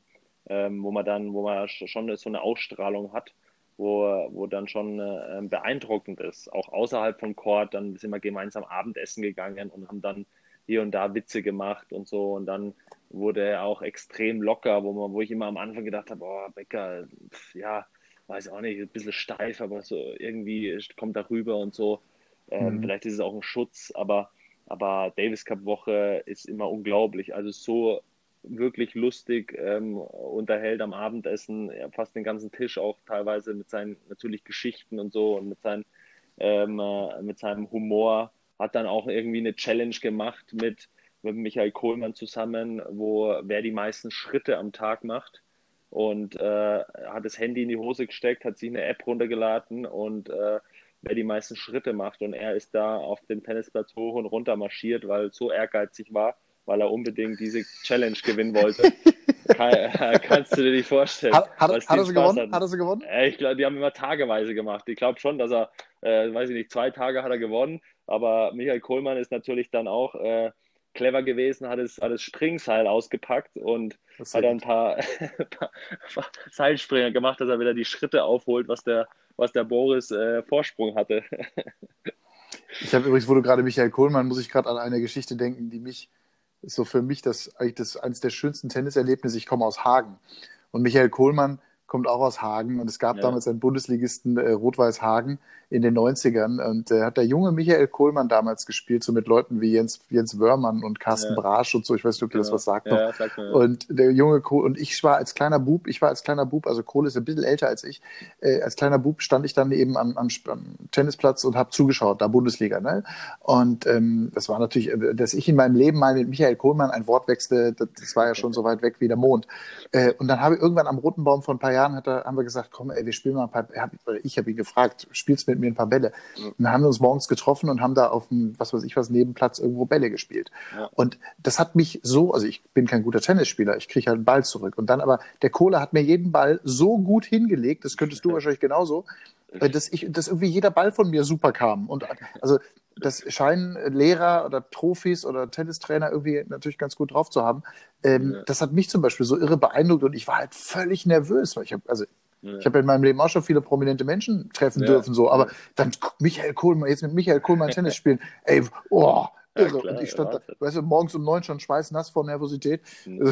ähm, wo man dann, wo man schon so eine Ausstrahlung hat, wo, wo dann schon äh, beeindruckend ist. Auch außerhalb vom Court, dann sind wir gemeinsam Abendessen gegangen und haben dann hier und da Witze gemacht und so. Und dann wurde er auch extrem locker, wo man, wo ich immer am Anfang gedacht habe, oh, Becker, pf, ja, weiß auch nicht, ein bisschen steif, aber so irgendwie kommt da rüber und so. Ähm, Mhm. vielleicht ist es auch ein Schutz, aber, aber Davis Cup Woche ist immer unglaublich. Also so wirklich lustig, ähm, unterhält am Abendessen, ja, fast den ganzen Tisch auch teilweise mit seinen natürlich Geschichten und so und mit, seinen, ähm, äh, mit seinem Humor. Hat dann auch irgendwie eine Challenge gemacht mit, mit Michael Kohlmann zusammen, wo wer die meisten Schritte am Tag macht. Und äh, hat das Handy in die Hose gesteckt, hat sich eine App runtergeladen und äh, wer die meisten Schritte macht. Und er ist da auf dem Tennisplatz hoch und runter marschiert, weil es so ehrgeizig war, weil er unbedingt diese Challenge gewinnen wollte. Kann, äh, kannst du dir nicht vorstellen, Hat, hat, was hat die er einen sie Spaß gewonnen? Hat hatten. er sie gewonnen? Äh, ich glaube, die haben immer tageweise gemacht. Ich glaube schon, dass er, äh, weiß ich nicht, zwei Tage hat er gewonnen, aber Michael Kohlmann ist natürlich dann auch äh, clever gewesen, hat das, hat das Springseil ausgepackt und Das ist sehr hat dann ein gut. paar, paar Seilspringer gemacht, dass er wieder die Schritte aufholt, was der, was der Boris äh, Vorsprung hatte. Ich habe übrigens, wo du gerade Michael Kohlmann, muss ich gerade an eine Geschichte denken, die mich, ist so für mich das eigentlich das eines der schönsten Tenniserlebnisse. Ich komme aus Hagen. Und Michael Kohlmann kommt auch aus Hagen. Und es gab Ja, damals einen Bundesligisten äh, Rot-Weiß Hagen in den Neunzigern. Und äh, hat der junge Michael Kohlmann damals gespielt, so mit Leuten wie Jens, Jens Wörmann und Carsten ja, Brasch und so. Ich weiß nicht, ob dir das was genau. sagt noch. Ja, sag mir. Und der junge Kohl, und ich war als kleiner Bub, ich war als kleiner Bub, also Kohl ist ein bisschen älter als ich, äh, als kleiner Bub stand ich dann eben am, am, am Tennisplatz und habe zugeschaut, da Bundesliga. Ne? Und ähm, das war natürlich, äh, dass ich in meinem Leben mal mit Michael Kohlmann ein Wort wechsle, das, das war ja schon so weit weg wie der Mond. Äh, und dann habe ich irgendwann am Roten Baum vor ein paar Jahren, hat er, haben wir gesagt, komm, ey, wir spielen mal ein paar, hab, ich habe ihn gefragt, spielst mit mir ein paar Bälle? Ja, Und dann haben wir uns morgens getroffen und haben da auf dem, was weiß ich was, Nebenplatz irgendwo Bälle gespielt. ja, Und das hat mich so, also ich bin kein guter Tennisspieler, ich kriege halt einen Ball zurück. Und dann aber, der Kohler hat mir jeden Ball so gut hingelegt, das könntest du wahrscheinlich genauso, äh, dass ich, dass irgendwie jeder Ball von mir super kam. Und also das scheinen Lehrer oder Profis oder Tennistrainer irgendwie natürlich ganz gut drauf zu haben. Ähm, ja, das hat mich zum Beispiel so irre beeindruckt und ich war halt völlig nervös, weil ich habe, also ich ja, habe ja in meinem Leben auch schon viele prominente Menschen treffen ja, dürfen, so, aber ja. dann Michael Kohlmann, jetzt mit Michael Kohlmann Tennis spielen, ey, oh, Ja, irre. Und klar, ich stand da, Wahnsinn. weißt du, morgens um neun schon schweißnass vor Nervosität. Hm.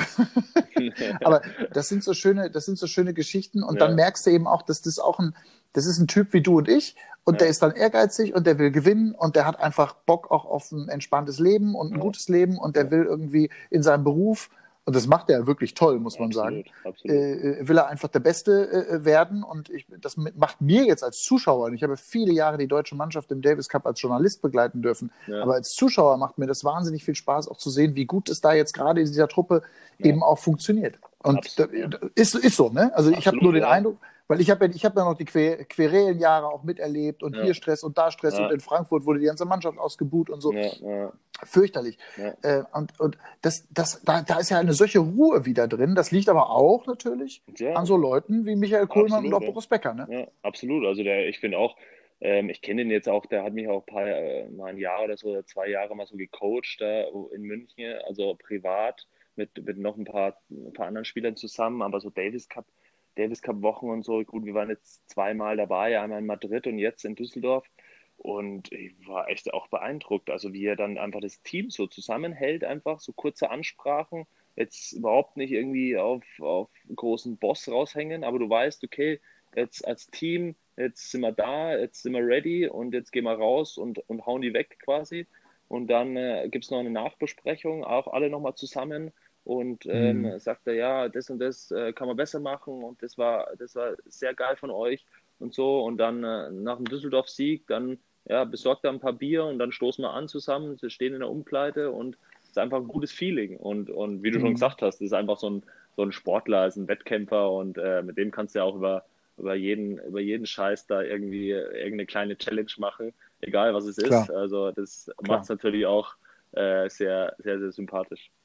Aber das sind so schöne, das sind so schöne Geschichten und dann Ja, merkst du eben auch, dass das auch ein, das ist ein Typ wie du und ich und der ja, ist dann ehrgeizig und der will gewinnen und der hat einfach Bock auch auf ein entspanntes Leben und ein ja, gutes Leben und der ja, will irgendwie in seinem Beruf, und das macht er wirklich toll, muss man sagen, absolut, absolut. äh, will er einfach der Beste äh, werden und ich, das macht mir jetzt als Zuschauer, und ich habe viele Jahre die deutsche Mannschaft im Davis Cup als Journalist begleiten dürfen, Ja, aber als Zuschauer macht mir das wahnsinnig viel Spaß, auch zu sehen, wie gut es da jetzt gerade in dieser Truppe ja, eben auch funktioniert. Und da, abs ja, ist, ist so, ne? Also ich habe nur absolut, den ja, Eindruck, weil ich habe ja, ich hab ja noch die Que- Querelen-Jahre auch miterlebt und ja, hier Stress und da Stress und ja, in Frankfurt wurde die ganze Mannschaft ausgebuht und so. ja, ja, Fürchterlich. ja, Äh, und und das, das, da, da ist ja eine solche Ruhe wieder drin. Das liegt aber auch natürlich an ja, so Leuten wie Michael Kohlmann und absolut, auch ja, Boris Becker, ne? ja, absolut. Also der, ich finde auch, ähm, ich kenne den jetzt auch, der hat mich auch ein paar, äh, mal ein Jahr oder so, oder zwei Jahre mal so gecoacht da in München, also privat mit, mit noch ein paar, ein paar anderen Spielern zusammen, aber so Davis Cup, Davis Cup Wochen und so, gut, wir waren jetzt zweimal dabei, einmal in Madrid und jetzt in Düsseldorf. Und ich war echt auch beeindruckt, also wie er dann einfach das Team so zusammenhält, einfach so kurze Ansprachen, jetzt überhaupt nicht irgendwie auf, auf großen Boss raushängen, aber du weißt, okay, jetzt als Team, jetzt sind wir da, jetzt sind wir ready und jetzt gehen wir raus und, und hauen die weg quasi. Und dann äh, gibt es noch eine Nachbesprechung, auch alle nochmal zusammen und Hm. ähm, sagt er, ja, das und das äh, kann man besser machen und das war, das war sehr geil von euch und so. Und dann äh, nach dem Düsseldorf-Sieg, dann ja, besorgt er ein paar Bier und dann stoßen wir an zusammen, sie stehen in der Umkleide und es ist einfach ein gutes Feeling. Und, und wie du schon Hm. gesagt hast, es ist einfach so ein, so ein Sportler, ist ein Wettkämpfer und äh, mit dem kannst du ja auch über, über, jeden, über jeden Scheiß da irgendwie irgendeine kleine Challenge machen, egal was es ist. Klar, Also das macht klar. es natürlich auch äh, sehr, sehr, sehr sympathisch.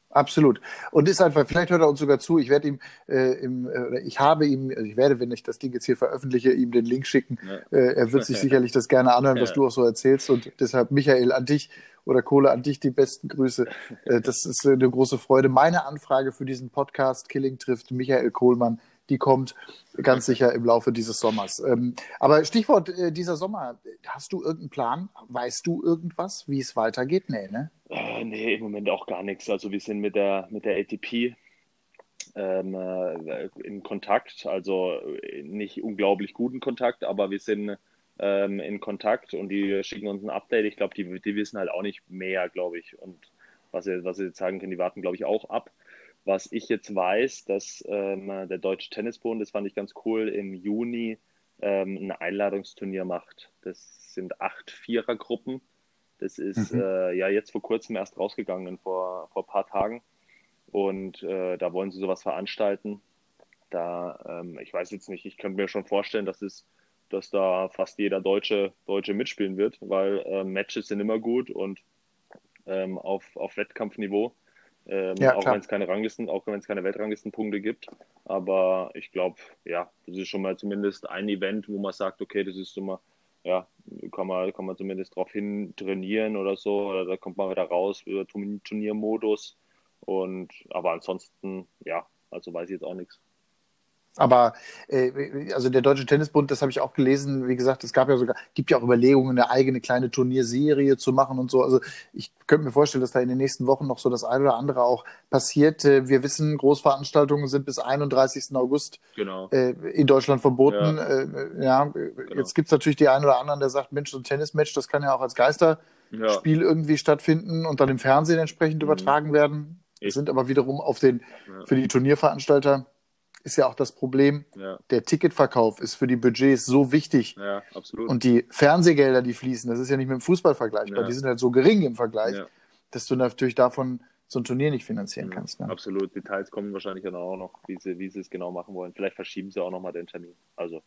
Absolut. Und ist einfach, vielleicht hört er uns sogar zu. Ich werde ihm, äh, im, äh, ich habe ihm, also ich werde, wenn ich das Ding jetzt hier veröffentliche, ihm den Link schicken. Ja. Äh, er wird sich sicherlich das gerne anhören, was Ja. du auch so erzählst. Und deshalb, Michael, an dich oder Kohle, an dich die besten Grüße. Äh, das ist äh, eine große Freude. Meine Anfrage für diesen Podcast Killing trifft Michael Kohlmann, die kommt ganz sicher im Laufe dieses Sommers. Ähm, aber Stichwort äh, dieser Sommer, hast du irgendeinen Plan? Weißt du irgendwas, wie es weitergeht? Nee, ne? Äh, nee, im Moment auch gar nichts. Also wir sind mit der mit der A T P ähm, äh, in Kontakt, also äh, nicht unglaublich guten Kontakt, aber wir sind ähm, in Kontakt und die schicken uns ein Update. Ich glaube, die, die wissen halt auch nicht mehr, glaube ich. Und was sie, was sie jetzt sagen können, die warten, glaube ich, auch ab. Was ich jetzt weiß, dass ähm, der Deutsche Tennisbund, das fand ich ganz cool, im Juni ähm, ein Einladungsturnier macht. Das sind acht Vierergruppen. Das ist Mhm. äh, ja jetzt vor kurzem erst rausgegangen, vor, vor ein paar Tagen. Und äh, da wollen sie sowas veranstalten. Da, ähm, ich weiß jetzt nicht, ich könnte mir schon vorstellen, dass es, dass da fast jeder Deutsche, Deutsche mitspielen wird, weil äh, Matches sind immer gut und ähm, auf, auf Wettkampfniveau, ähm, Ja, auch wenn klar. es keine Ranglisten, auch wenn es keine Weltranglistenpunkte gibt. Aber ich glaube, ja, das ist schon mal zumindest ein Event, wo man sagt, okay, das ist immer, ja, kann man, kann man zumindest darauf hin trainieren oder so, oder da kommt man wieder raus über Turniermodus. Und aber ansonsten, ja, also weiß ich jetzt auch nichts. Aber äh, also der Deutsche Tennisbund, das habe ich auch gelesen, wie gesagt, es gab ja sogar, gibt ja auch Überlegungen, eine eigene kleine Turnierserie zu machen und so. Also ich könnte mir vorstellen, dass da in den nächsten Wochen noch so das eine oder andere auch passiert. Äh, Wir wissen, Großveranstaltungen sind bis einunddreißigsten August Genau, äh, in Deutschland verboten. ja, Äh, Ja, genau. jetzt gibt es natürlich die einen oder anderen, der sagt, Mensch, so ein Tennismatch, das kann ja auch als Ja, Geisterspiel irgendwie stattfinden und dann im Fernsehen entsprechend mhm. übertragen werden. Das Ich, sind aber wiederum auf den, ja, für die Turnierveranstalter ist ja auch das Problem, ja, der Ticketverkauf ist für die Budgets so wichtig ja, absolut. und die Fernsehgelder, die fließen, das ist ja nicht mit dem Fußball vergleichbar, die Ja, sind halt so gering im Vergleich, ja. dass du natürlich davon so ein Turnier nicht finanzieren Mhm, kannst. Ne? absolut. Details kommen wahrscheinlich dann auch noch, wie sie, wie sie es genau machen wollen. Vielleicht verschieben sie auch nochmal den Termin. Also,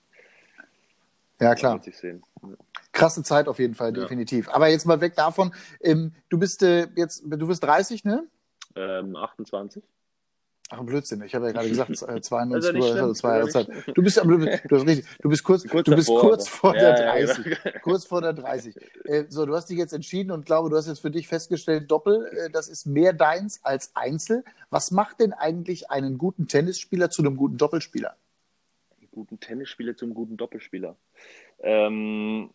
Ja, man wird klar. sich sehen. Krasse Zeit auf jeden Fall, Ja. definitiv. Aber jetzt mal weg davon, ähm, du bist äh, jetzt, du bist dreißig, ne? Ähm, achtundzwanzig. Ach, Blödsinn, ich habe ja gerade gesagt, äh, Das ist ja zweiundneunzig, nicht du hast also schlimm. Das zwei ist ja Jahre nicht Zeit. schlimm. Du bist, aber du, du hast richtig, du bist kurz, Kurz du bist davor, kurz aber. vor der Ja, ja, dreißig. genau. Kurz vor der dreißig. Äh, so, du hast dich jetzt entschieden und glaube, du hast jetzt für dich festgestellt, Doppel, äh, das ist mehr deins als Einzel. Was macht denn eigentlich einen guten Tennisspieler zu einem guten Doppelspieler? Einen guten Tennisspieler zum guten Doppelspieler. Ähm,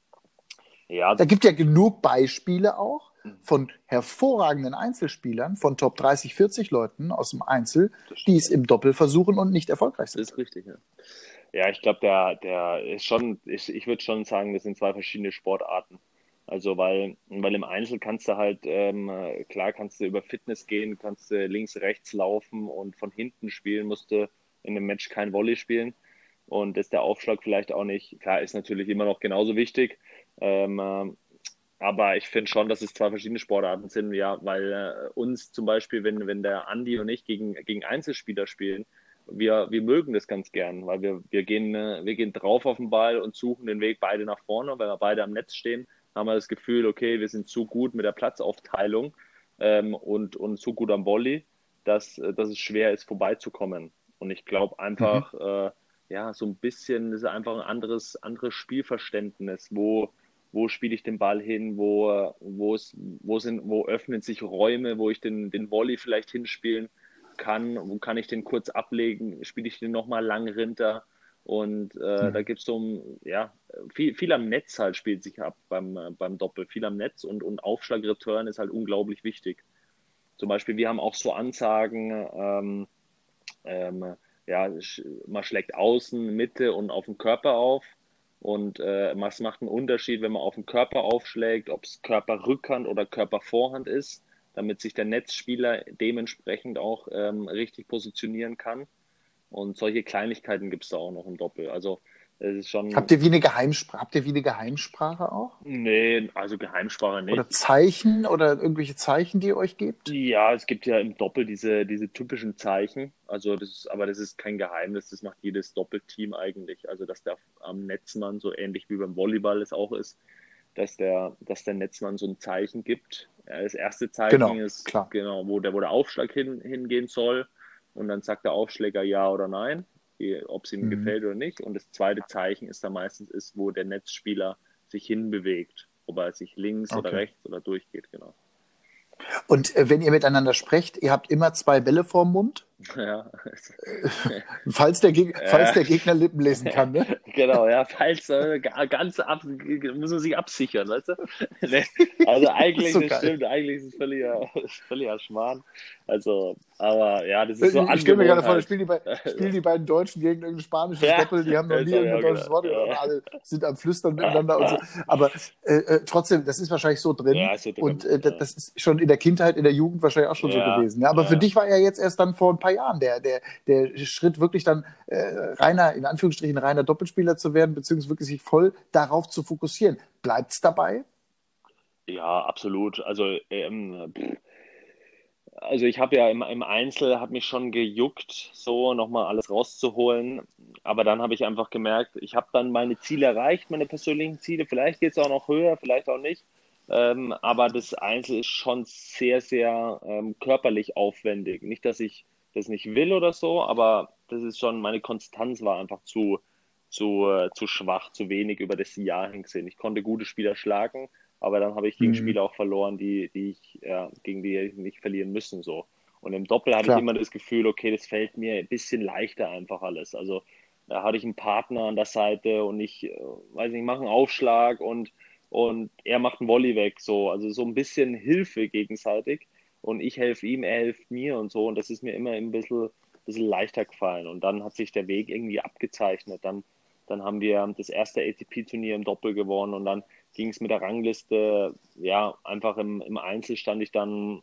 ja, Da gibt ja genug Beispiele auch von hervorragenden Einzelspielern, von Top dreißig, vierzig Leuten aus dem Einzel, das die stimmt. es im Doppel versuchen und nicht erfolgreich Das sind. ist richtig, ja. Ja, ich glaube, der, der ist schon, ich, ich würde schon sagen, das sind zwei verschiedene Sportarten. Also, weil, weil im Einzel kannst du halt, ähm, klar kannst du über Fitness gehen, kannst du links, rechts laufen und von hinten spielen, musst du in einem Match kein Volley spielen. Und ist der Aufschlag vielleicht auch nicht, klar, ist natürlich immer noch genauso wichtig. Ähm, äh, aber ich finde schon, dass es zwei verschiedene Sportarten sind, ja, weil äh, uns zum Beispiel, wenn, wenn der Andi und ich gegen, gegen Einzelspieler spielen, wir, wir mögen das ganz gern, weil wir, wir, gehen, äh, wir gehen drauf auf den Ball und suchen den Weg beide nach vorne. Und wenn wir beide am Netz stehen, haben wir das Gefühl, okay, wir sind so gut mit der Platzaufteilung ähm, und, und so gut am Volley, dass, äh, dass es schwer ist, vorbeizukommen. Und ich glaube Mhm. einfach, äh, ja, so ein bisschen ist einfach ein anderes, anderes Spielverständnis, wo wo spiele ich den Ball hin, wo, wo, ist, wo, sind, wo öffnen sich Räume, wo ich den, den Volley vielleicht hinspielen kann, wo kann ich den kurz ablegen, spiele ich den nochmal lang runter und äh, da Mhm. gibt es so, ja, viel, viel am Netz halt spielt sich ab beim, beim Doppel, viel am Netz und, und Aufschlag-Return ist halt unglaublich wichtig. Zum Beispiel, wir haben auch so Ansagen, ähm, ähm, ja, man schlägt außen, Mitte und auf den Körper auf. Und äh, was macht einen Unterschied, wenn man auf den Körper aufschlägt, ob es Körperrückhand oder Körpervorhand ist, damit sich der Netzspieler dementsprechend auch ähm, richtig positionieren kann. Und solche Kleinigkeiten gibt es da auch noch im Doppel. Also es ist Habt schon, ihr wie eine Geheimsprache, habt ihr wie eine Geheimsprache auch? nee, also Geheimsprache Oder nicht. Zeichen oder irgendwelche Zeichen, die ihr euch gebt? Ja, es gibt ja im Doppel diese, diese typischen Zeichen. Also das ist, aber das ist kein Geheimnis, das macht jedes Doppelteam eigentlich. Also dass der am Netzmann, so ähnlich wie beim Volleyball es auch ist, dass der, dass der Netzmann so ein Zeichen gibt. Ja, das erste Zeichen Genau, ist, klar. genau, wo der, wo der Aufschlag hin, hingehen soll. Und dann sagt der Aufschläger ja oder nein, ob es ihm Mhm. gefällt oder nicht. Und das zweite Zeichen ist dann meistens, ist, wo der Netzspieler sich hinbewegt. Ob er sich links oder Okay. rechts oder durchgeht, genau. Und äh, wenn ihr miteinander sprecht, ihr habt immer zwei Bälle vorm Mund, Ja. falls der, Geg falls Ja. der Gegner Lippen lesen kann, ne? Genau, ja, falls äh, ganz ab, muss man sich absichern, weißt du? Nee, also Das ist eigentlich, so das geil. stimmt, eigentlich ist es völliger, völliger Schmarrn. Also, aber ja, das ist so Ich, ich stelle mir gerade vor, da Angewohnheit. spielen die, bei, spielen die beiden Deutschen gegen irgendein spanisches Ja, Doppel, die haben noch das nie habe ich irgendein auch deutsches gedacht. Wort gehört und alle sind am Flüstern miteinander und so. Aber äh, äh, trotzdem, das ist wahrscheinlich so drin. Ja, ist so Und drin. äh, Ja, das ist schon in der Kindheit, in der Jugend wahrscheinlich auch schon so ja, gewesen. Ja, aber für ja. dich war ja jetzt erst dann vor ein paar Jahren der, der, der Schritt, wirklich dann äh, reiner, in Anführungsstrichen, reiner Doppelspieler zu werden, beziehungsweise wirklich sich voll darauf zu fokussieren. Bleibt's dabei? Ja, absolut. Also, ähm, pff, also ich habe ja im, im Einzel, hat mich schon gejuckt, so nochmal alles rauszuholen. Aber dann habe ich einfach gemerkt, ich habe dann meine Ziele erreicht, meine persönlichen Ziele. Vielleicht geht es auch noch höher, vielleicht auch nicht. Ähm, aber das Einzel ist schon sehr, sehr ähm, körperlich aufwendig. Nicht, dass ich das nicht will oder so, aber das ist schon, meine Konstanz war einfach zu, zu, äh, zu schwach, zu wenig über das Jahr hingesehen. Ich konnte gute Spieler schlagen, aber dann habe ich gegen Mhm. Spieler auch verloren, die, die ich, ja, gegen die ich nicht verlieren müssen, so. Und im Doppel hatte ich Klar. immer das Gefühl, okay, das fällt mir ein bisschen leichter einfach alles. Also da hatte ich einen Partner an der Seite und ich, äh, weiß nicht, mache einen Aufschlag und, und er macht einen Volley weg, so. Also so ein bisschen Hilfe gegenseitig und ich helfe ihm, er hilft mir und so. Und das ist mir immer ein bisschen, bisschen leichter gefallen. Und dann hat sich der Weg irgendwie abgezeichnet. Dann, dann haben wir das erste A T P-Turnier im Doppel gewonnen und dann ging es mit der Rangliste, ja, einfach im, im Einzel stand ich dann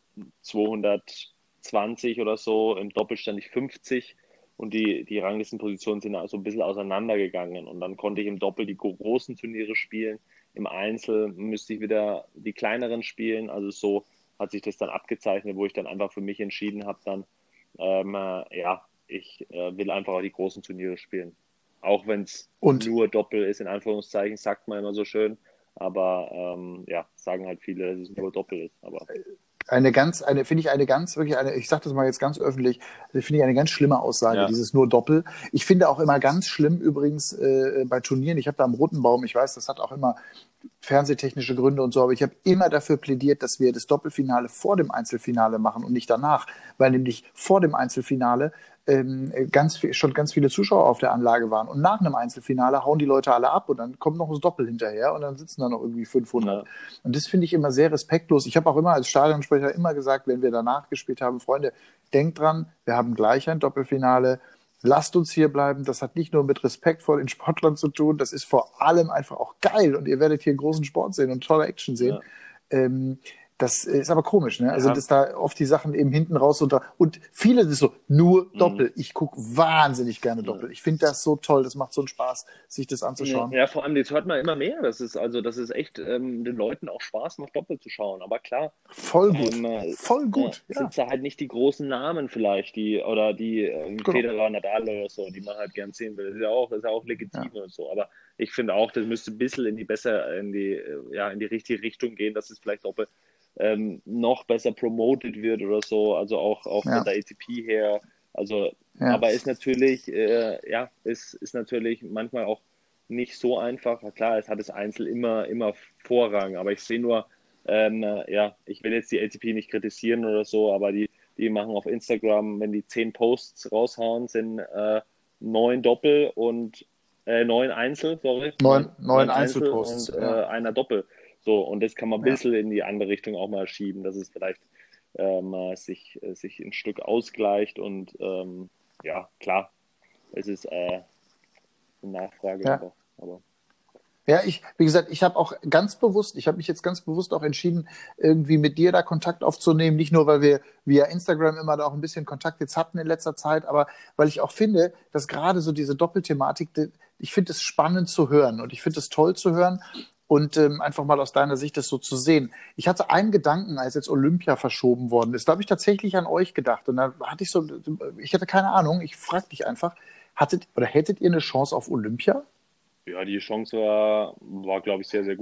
zweihundertzwanzig oder so, im Doppel stand ich fünfzig und die, die Ranglistenpositionen sind also ein bisschen auseinandergegangen und dann konnte ich im Doppel die großen Turniere spielen, im Einzel müsste ich wieder die kleineren spielen, also so hat sich das dann abgezeichnet, wo ich dann einfach für mich entschieden habe, dann, ähm, äh, ja, ich äh, will einfach auch die großen Turniere spielen. Auch wenn es Und nur Doppel ist, in Anführungszeichen, sagt man immer so schön. Aber ähm, ja, sagen halt viele, dass es nur Doppel ist. Aber eine ganz, eine, finde ich eine ganz, wirklich eine, ich sage das mal jetzt ganz öffentlich, finde ich eine ganz schlimme Aussage, ja, dieses nur Doppel. Ich finde auch immer ganz schlimm übrigens äh, bei Turnieren, ich habe da am Roten Baum, ich weiß, das hat auch immer fernsehtechnische Gründe und so, aber ich habe immer dafür plädiert, dass wir das Doppelfinale vor dem Einzelfinale machen und nicht danach, weil nämlich vor dem Einzelfinale ähm, ganz viel, schon ganz viele Zuschauer auf der Anlage waren und nach einem Einzelfinale hauen die Leute alle ab und dann kommt noch das Doppel hinterher und dann sitzen da noch irgendwie fünfhundert. ja, Und das finde ich immer sehr respektlos. Ich habe auch immer als Stadionsprecher immer gesagt, wenn wir danach gespielt haben, Freunde, denkt dran, wir haben gleich ein Doppelfinale. Lasst uns hier bleiben. Das hat nicht nur mit Respekt vor den Sportlern zu tun, das ist vor allem einfach auch geil und ihr werdet hier großen Sport sehen und tolle Action sehen. ja, Ähm, das ist aber komisch, ne? Also, ja, dass da oft die Sachen eben hinten raus und da, und viele das ist so, nur mhm, Doppel. Ich gucke wahnsinnig gerne ja. Doppel. Ich finde das so toll. Das macht so einen Spaß, sich das Ja, anzuschauen. ja, vor allem, das hört man immer mehr. Das ist also, das ist echt ähm, den Leuten auch Spaß macht, Doppel zu schauen. Aber klar, Voll gut. ähm, äh, Voll äh, gut, ja. sind da halt nicht die großen Namen vielleicht, die oder die ähm, Genau. Federer, Nadal oder so, die man halt gern sehen will. Das ist ja auch, ist ja auch Ja. legitim und so. Aber ich finde auch, das müsste ein bisschen in die besser, in die, äh, ja, in die richtige Richtung gehen, dass es vielleicht Doppel ähm, noch besser promoted wird oder so. Also auch, auch von Ja. der A T P her. Also, Ja. aber ist natürlich, äh, ja, ist, ist natürlich manchmal auch nicht so einfach. Na klar, es hat das Einzel immer, immer Vorrang, aber ich sehe nur, ähm, ja, ich will jetzt die A T P nicht kritisieren oder so, aber die, die machen auf Instagram, wenn die zehn Posts raushauen, sind äh, neun Doppel und äh, neun Einzel, sorry, neun, Neun, neun neun Einzel und Einzelposts, äh, ja. einer Doppel. So, und das kann man ein Ja. bisschen in die andere Richtung auch mal schieben, dass es vielleicht ähm, äh, sich, äh, sich ein Stück ausgleicht und ähm, ja, klar, es ist äh, eine Nachfrage Ja. einfach. Aber Ja, ich, wie gesagt, ich habe auch ganz bewusst, ich habe mich jetzt ganz bewusst auch entschieden, irgendwie mit dir da Kontakt aufzunehmen. Nicht nur, weil wir via Instagram immer da auch ein bisschen Kontakt jetzt hatten in letzter Zeit, aber weil ich auch finde, dass gerade so diese Doppelthematik, die- ich finde es spannend zu hören und ich finde es toll zu hören und ähm, einfach mal aus deiner Sicht das so zu sehen. Ich hatte einen Gedanken, als jetzt Olympia verschoben worden ist, da habe ich tatsächlich an euch gedacht und da hatte ich so, ich hatte keine Ahnung, ich frage dich einfach, hattet oder hättet ihr eine Chance auf Olympia? ja, die Chance war, war glaube ich, sehr, sehr gut.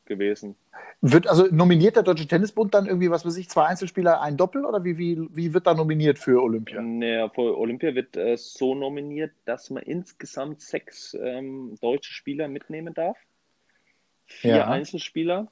gewesen. Wird also nominiert der Deutsche Tennisbund dann irgendwie, was weiß ich, zwei Einzelspieler, ein Doppel oder wie, wie, wie wird da nominiert für Olympia? Naja, für Olympia wird äh, so nominiert, dass man insgesamt sechs ähm, deutsche Spieler mitnehmen darf. Vier Ja, Einzelspieler,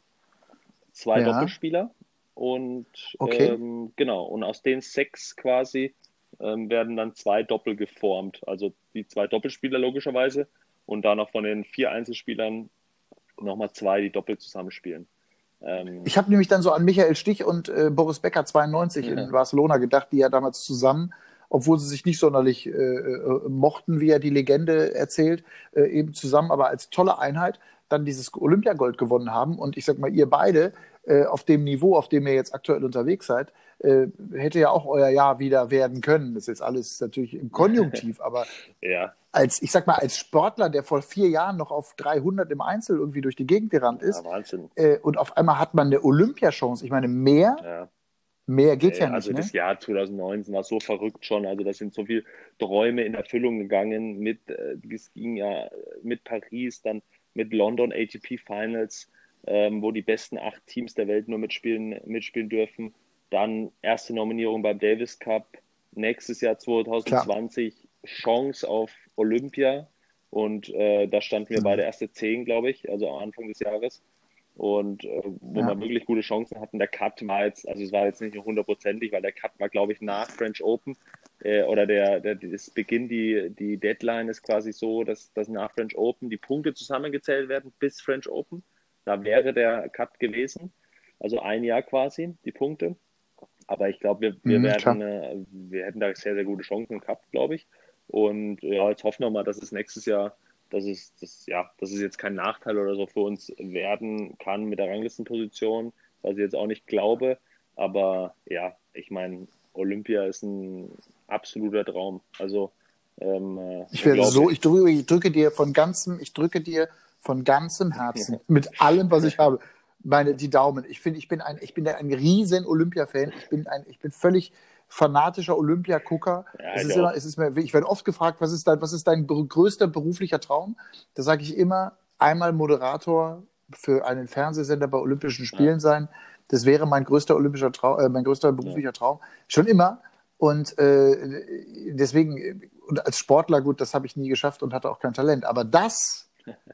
zwei ja, Doppelspieler und okay. ähm, genau, und aus den sechs quasi ähm, werden dann zwei Doppel geformt. Also die zwei Doppelspieler logischerweise und dann noch von den vier Einzelspielern nochmal zwei, die Doppel zusammenspielen. Ähm, Ich habe nämlich dann so an Michael Stich und äh, Boris Becker zweiundneunzig in Barcelona gedacht, die ja damals zusammen, obwohl sie sich nicht sonderlich äh, äh, mochten, wie er die Legende erzählt, äh, eben zusammen, aber als tolle Einheit dann dieses Olympiagold gewonnen haben. Und ich sag mal, ihr beide äh, auf dem Niveau, auf dem ihr jetzt aktuell unterwegs seid, äh, hätte ja auch euer Jahr wieder werden können. Das ist jetzt alles natürlich im Konjunktiv, aber ja, als, ich sag mal, als Sportler, der vor vier Jahren noch auf dreihundert im Einzel irgendwie durch die Gegend gerannt ja, ist, Wahnsinn. äh, und auf einmal hat man eine Olympiachance. Ich meine, mehr, Ja. mehr geht Nee, ja nicht, also ne? das Jahr zwanzig neunzehn war so verrückt schon. Also da sind so viele Träume in Erfüllung gegangen mit, äh, es ging ja mit Paris, dann mit London A T P Finals, ähm, wo die besten acht Teams der Welt nur mitspielen, mitspielen dürfen. Dann erste Nominierung beim Davis Cup. Nächstes Jahr Klar. zwanzig zwanzig Chance auf Olympia. Und äh, da standen wir Mhm. beide erste zehn, glaube ich, also am Anfang des Jahres. Und äh, wo Ja. man wirklich gute Chancen hatten. Der Cut war jetzt, also es war jetzt nicht hundertprozentig, weil der Cut war, glaube ich, nach French Open äh, oder der, der das Beginn, die, die Deadline ist quasi so, dass, dass nach French Open die Punkte zusammengezählt werden bis French Open. Da wäre der Cut gewesen, also ein Jahr quasi, die Punkte. Aber ich glaube, wir, wir Mhm, werden, klar. äh, wir hätten da sehr, sehr gute Chancen gehabt, glaube ich. Und ja, jetzt hoffen wir mal, dass es nächstes Jahr, dass es, das, ja, dass es jetzt kein Nachteil oder so für uns werden kann mit der Ranglistenposition, was ich jetzt auch nicht glaube. Aber ja, ich meine, Olympia ist ein absoluter Traum. Also ähm, äh, Ich werde so, unglaublich. ich drücke, ich drücke dir von ganzem, ich drücke dir von ganzem Herzen, mit allem, was ich habe, meine, die Daumen. Ich finde, ich bin ein, ich bin ein riesen Olympia-Fan. Ich bin ein, ich bin völlig fanatischer Olympia-Gucker. Ja, Es ich ist immer, auch. es ist mir, ich werde oft gefragt, was ist dein, was ist dein größter beruflicher Traum? Da sage ich immer, einmal Moderator für einen Fernsehsender bei Olympischen Ja, Spielen sein. Das wäre mein größter olympischer Traum, äh, mein größter ja. beruflicher Traum. Schon immer. Und äh, deswegen, und als Sportler, gut, das habe ich nie geschafft und hatte auch kein Talent. Aber das,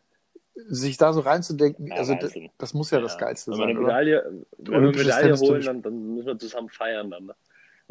sich da so reinzudenken, Ja, also das, Wahnsinn. das muss ja das Ja. Geilste Wenn wir eine sein, oder? Medaille, wenn wir eine Olympisches Medaille Tennis zu holen, bespielen. dann, dann müssen wir zusammen feiern dann. Ne?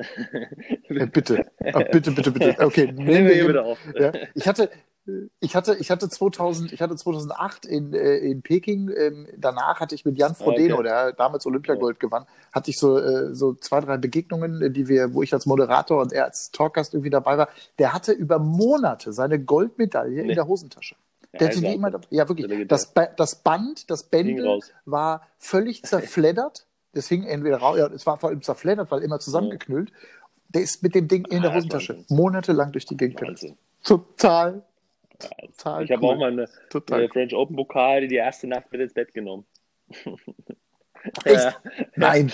Äh, bitte, äh, bitte, bitte, bitte. Okay, Nehmen nehmen wir wir hier hin. wieder auf. Ja. Ich hatte, ich hatte, ich hatte zweitausend, ich hatte zweitausendacht in, äh, in Peking, ähm, danach hatte ich mit Jan Ah, Frodeno, okay. der damals Ja. Olympiagold gewann, hatte ich so, äh, so zwei, drei Begegnungen, äh, die wir, wo ich als Moderator und er als Talkgast irgendwie dabei war. Der hatte über Monate seine Goldmedaille in Nee. der Hosentasche. Der Ja, hatte ist die immer, Wahnsinn. ja wirklich, Legendär. das, Ba- das Band, das Hing Bändel raus. war völlig zerfleddert. Das hing entweder raus, ja, es war vor allem zerfleddert, weil immer Ja. zusammengeknüllt. Der ist mit dem Ding in der Ah, das ist Hosentasche Wahnsinn. monatelang durch die Gegend gereist. Wahnsinn. Total, Ja, total ich habe auch cool. mal eine, Total eine cool. French Open Pokal die erste Nacht mit ins Bett genommen. Echt? Ja. Nein,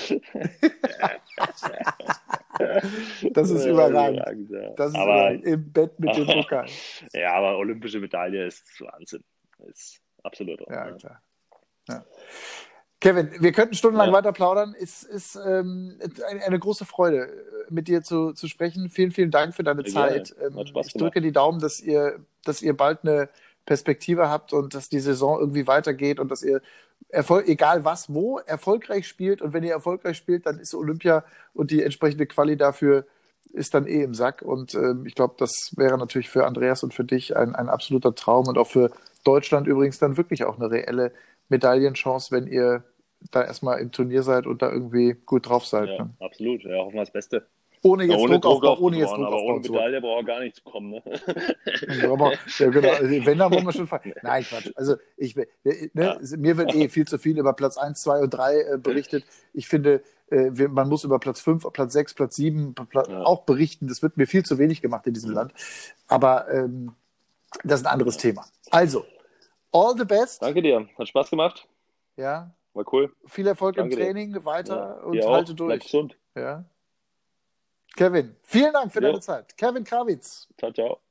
das ist Ja, überragend. überragend, ja. Das ist Aber, überragend. Im Bett mit dem Pokal. ja, aber olympische Medaille ist Wahnsinn. Ist absolut. Ja, Ja. klar. Ja. Kevin, wir könnten stundenlang Ja, weiter plaudern. Es ist ähm, eine, eine große Freude, mit dir zu, zu sprechen. Vielen, vielen Dank für deine sehr gerne. Zeit. Hat Ähm, Spaß ich drücke gemacht. die Daumen, dass ihr, dass ihr bald eine Perspektive habt und dass die Saison irgendwie weitergeht und dass ihr, Erfolg, egal was, wo, erfolgreich spielt. Und wenn ihr erfolgreich spielt, dann ist Olympia und die entsprechende Quali dafür ist dann eh im Sack. Und ähm, ich glaube, das wäre natürlich für Andreas und für dich ein, ein absoluter Traum und auch für Deutschland übrigens dann wirklich auch eine reelle Medaillenchance, wenn ihr da erstmal im Turnier seid und da irgendwie gut drauf seid. Ja, Ne? absolut. Ja, hoffen wir das Beste. Ohne Ja, jetzt ohne Druck Druck aufbauen, ohne jetzt aufzubauen, Druck aber ohne aufbauen zu wollen. Medaille braucht er gar nicht zu kommen. Ne? Dann brauchen wir- Ja, genau. Also, wenn, dann wollen wir schon feiern. Nein, Quatsch. Also ich, ne, Ja, mir wird eh viel zu viel über Platz eins, zwei und drei äh, berichtet. Ich finde, äh, wir, man muss über Platz fünf, Platz sechs, Platz sieben Pla- ja. auch berichten. Das wird mir viel zu wenig gemacht in diesem Land. Aber ähm, das ist ein anderes Thema. Also, all the best. Danke dir. Hat Spaß gemacht. Ja, War cool. viel Erfolg im Danke dir. Training, weiter Ja, und dir halte auch. Bleib durch. gesund. Ja. Kevin, vielen Dank für Jo. deine Zeit. Kevin Krawitz. Ciao, ciao.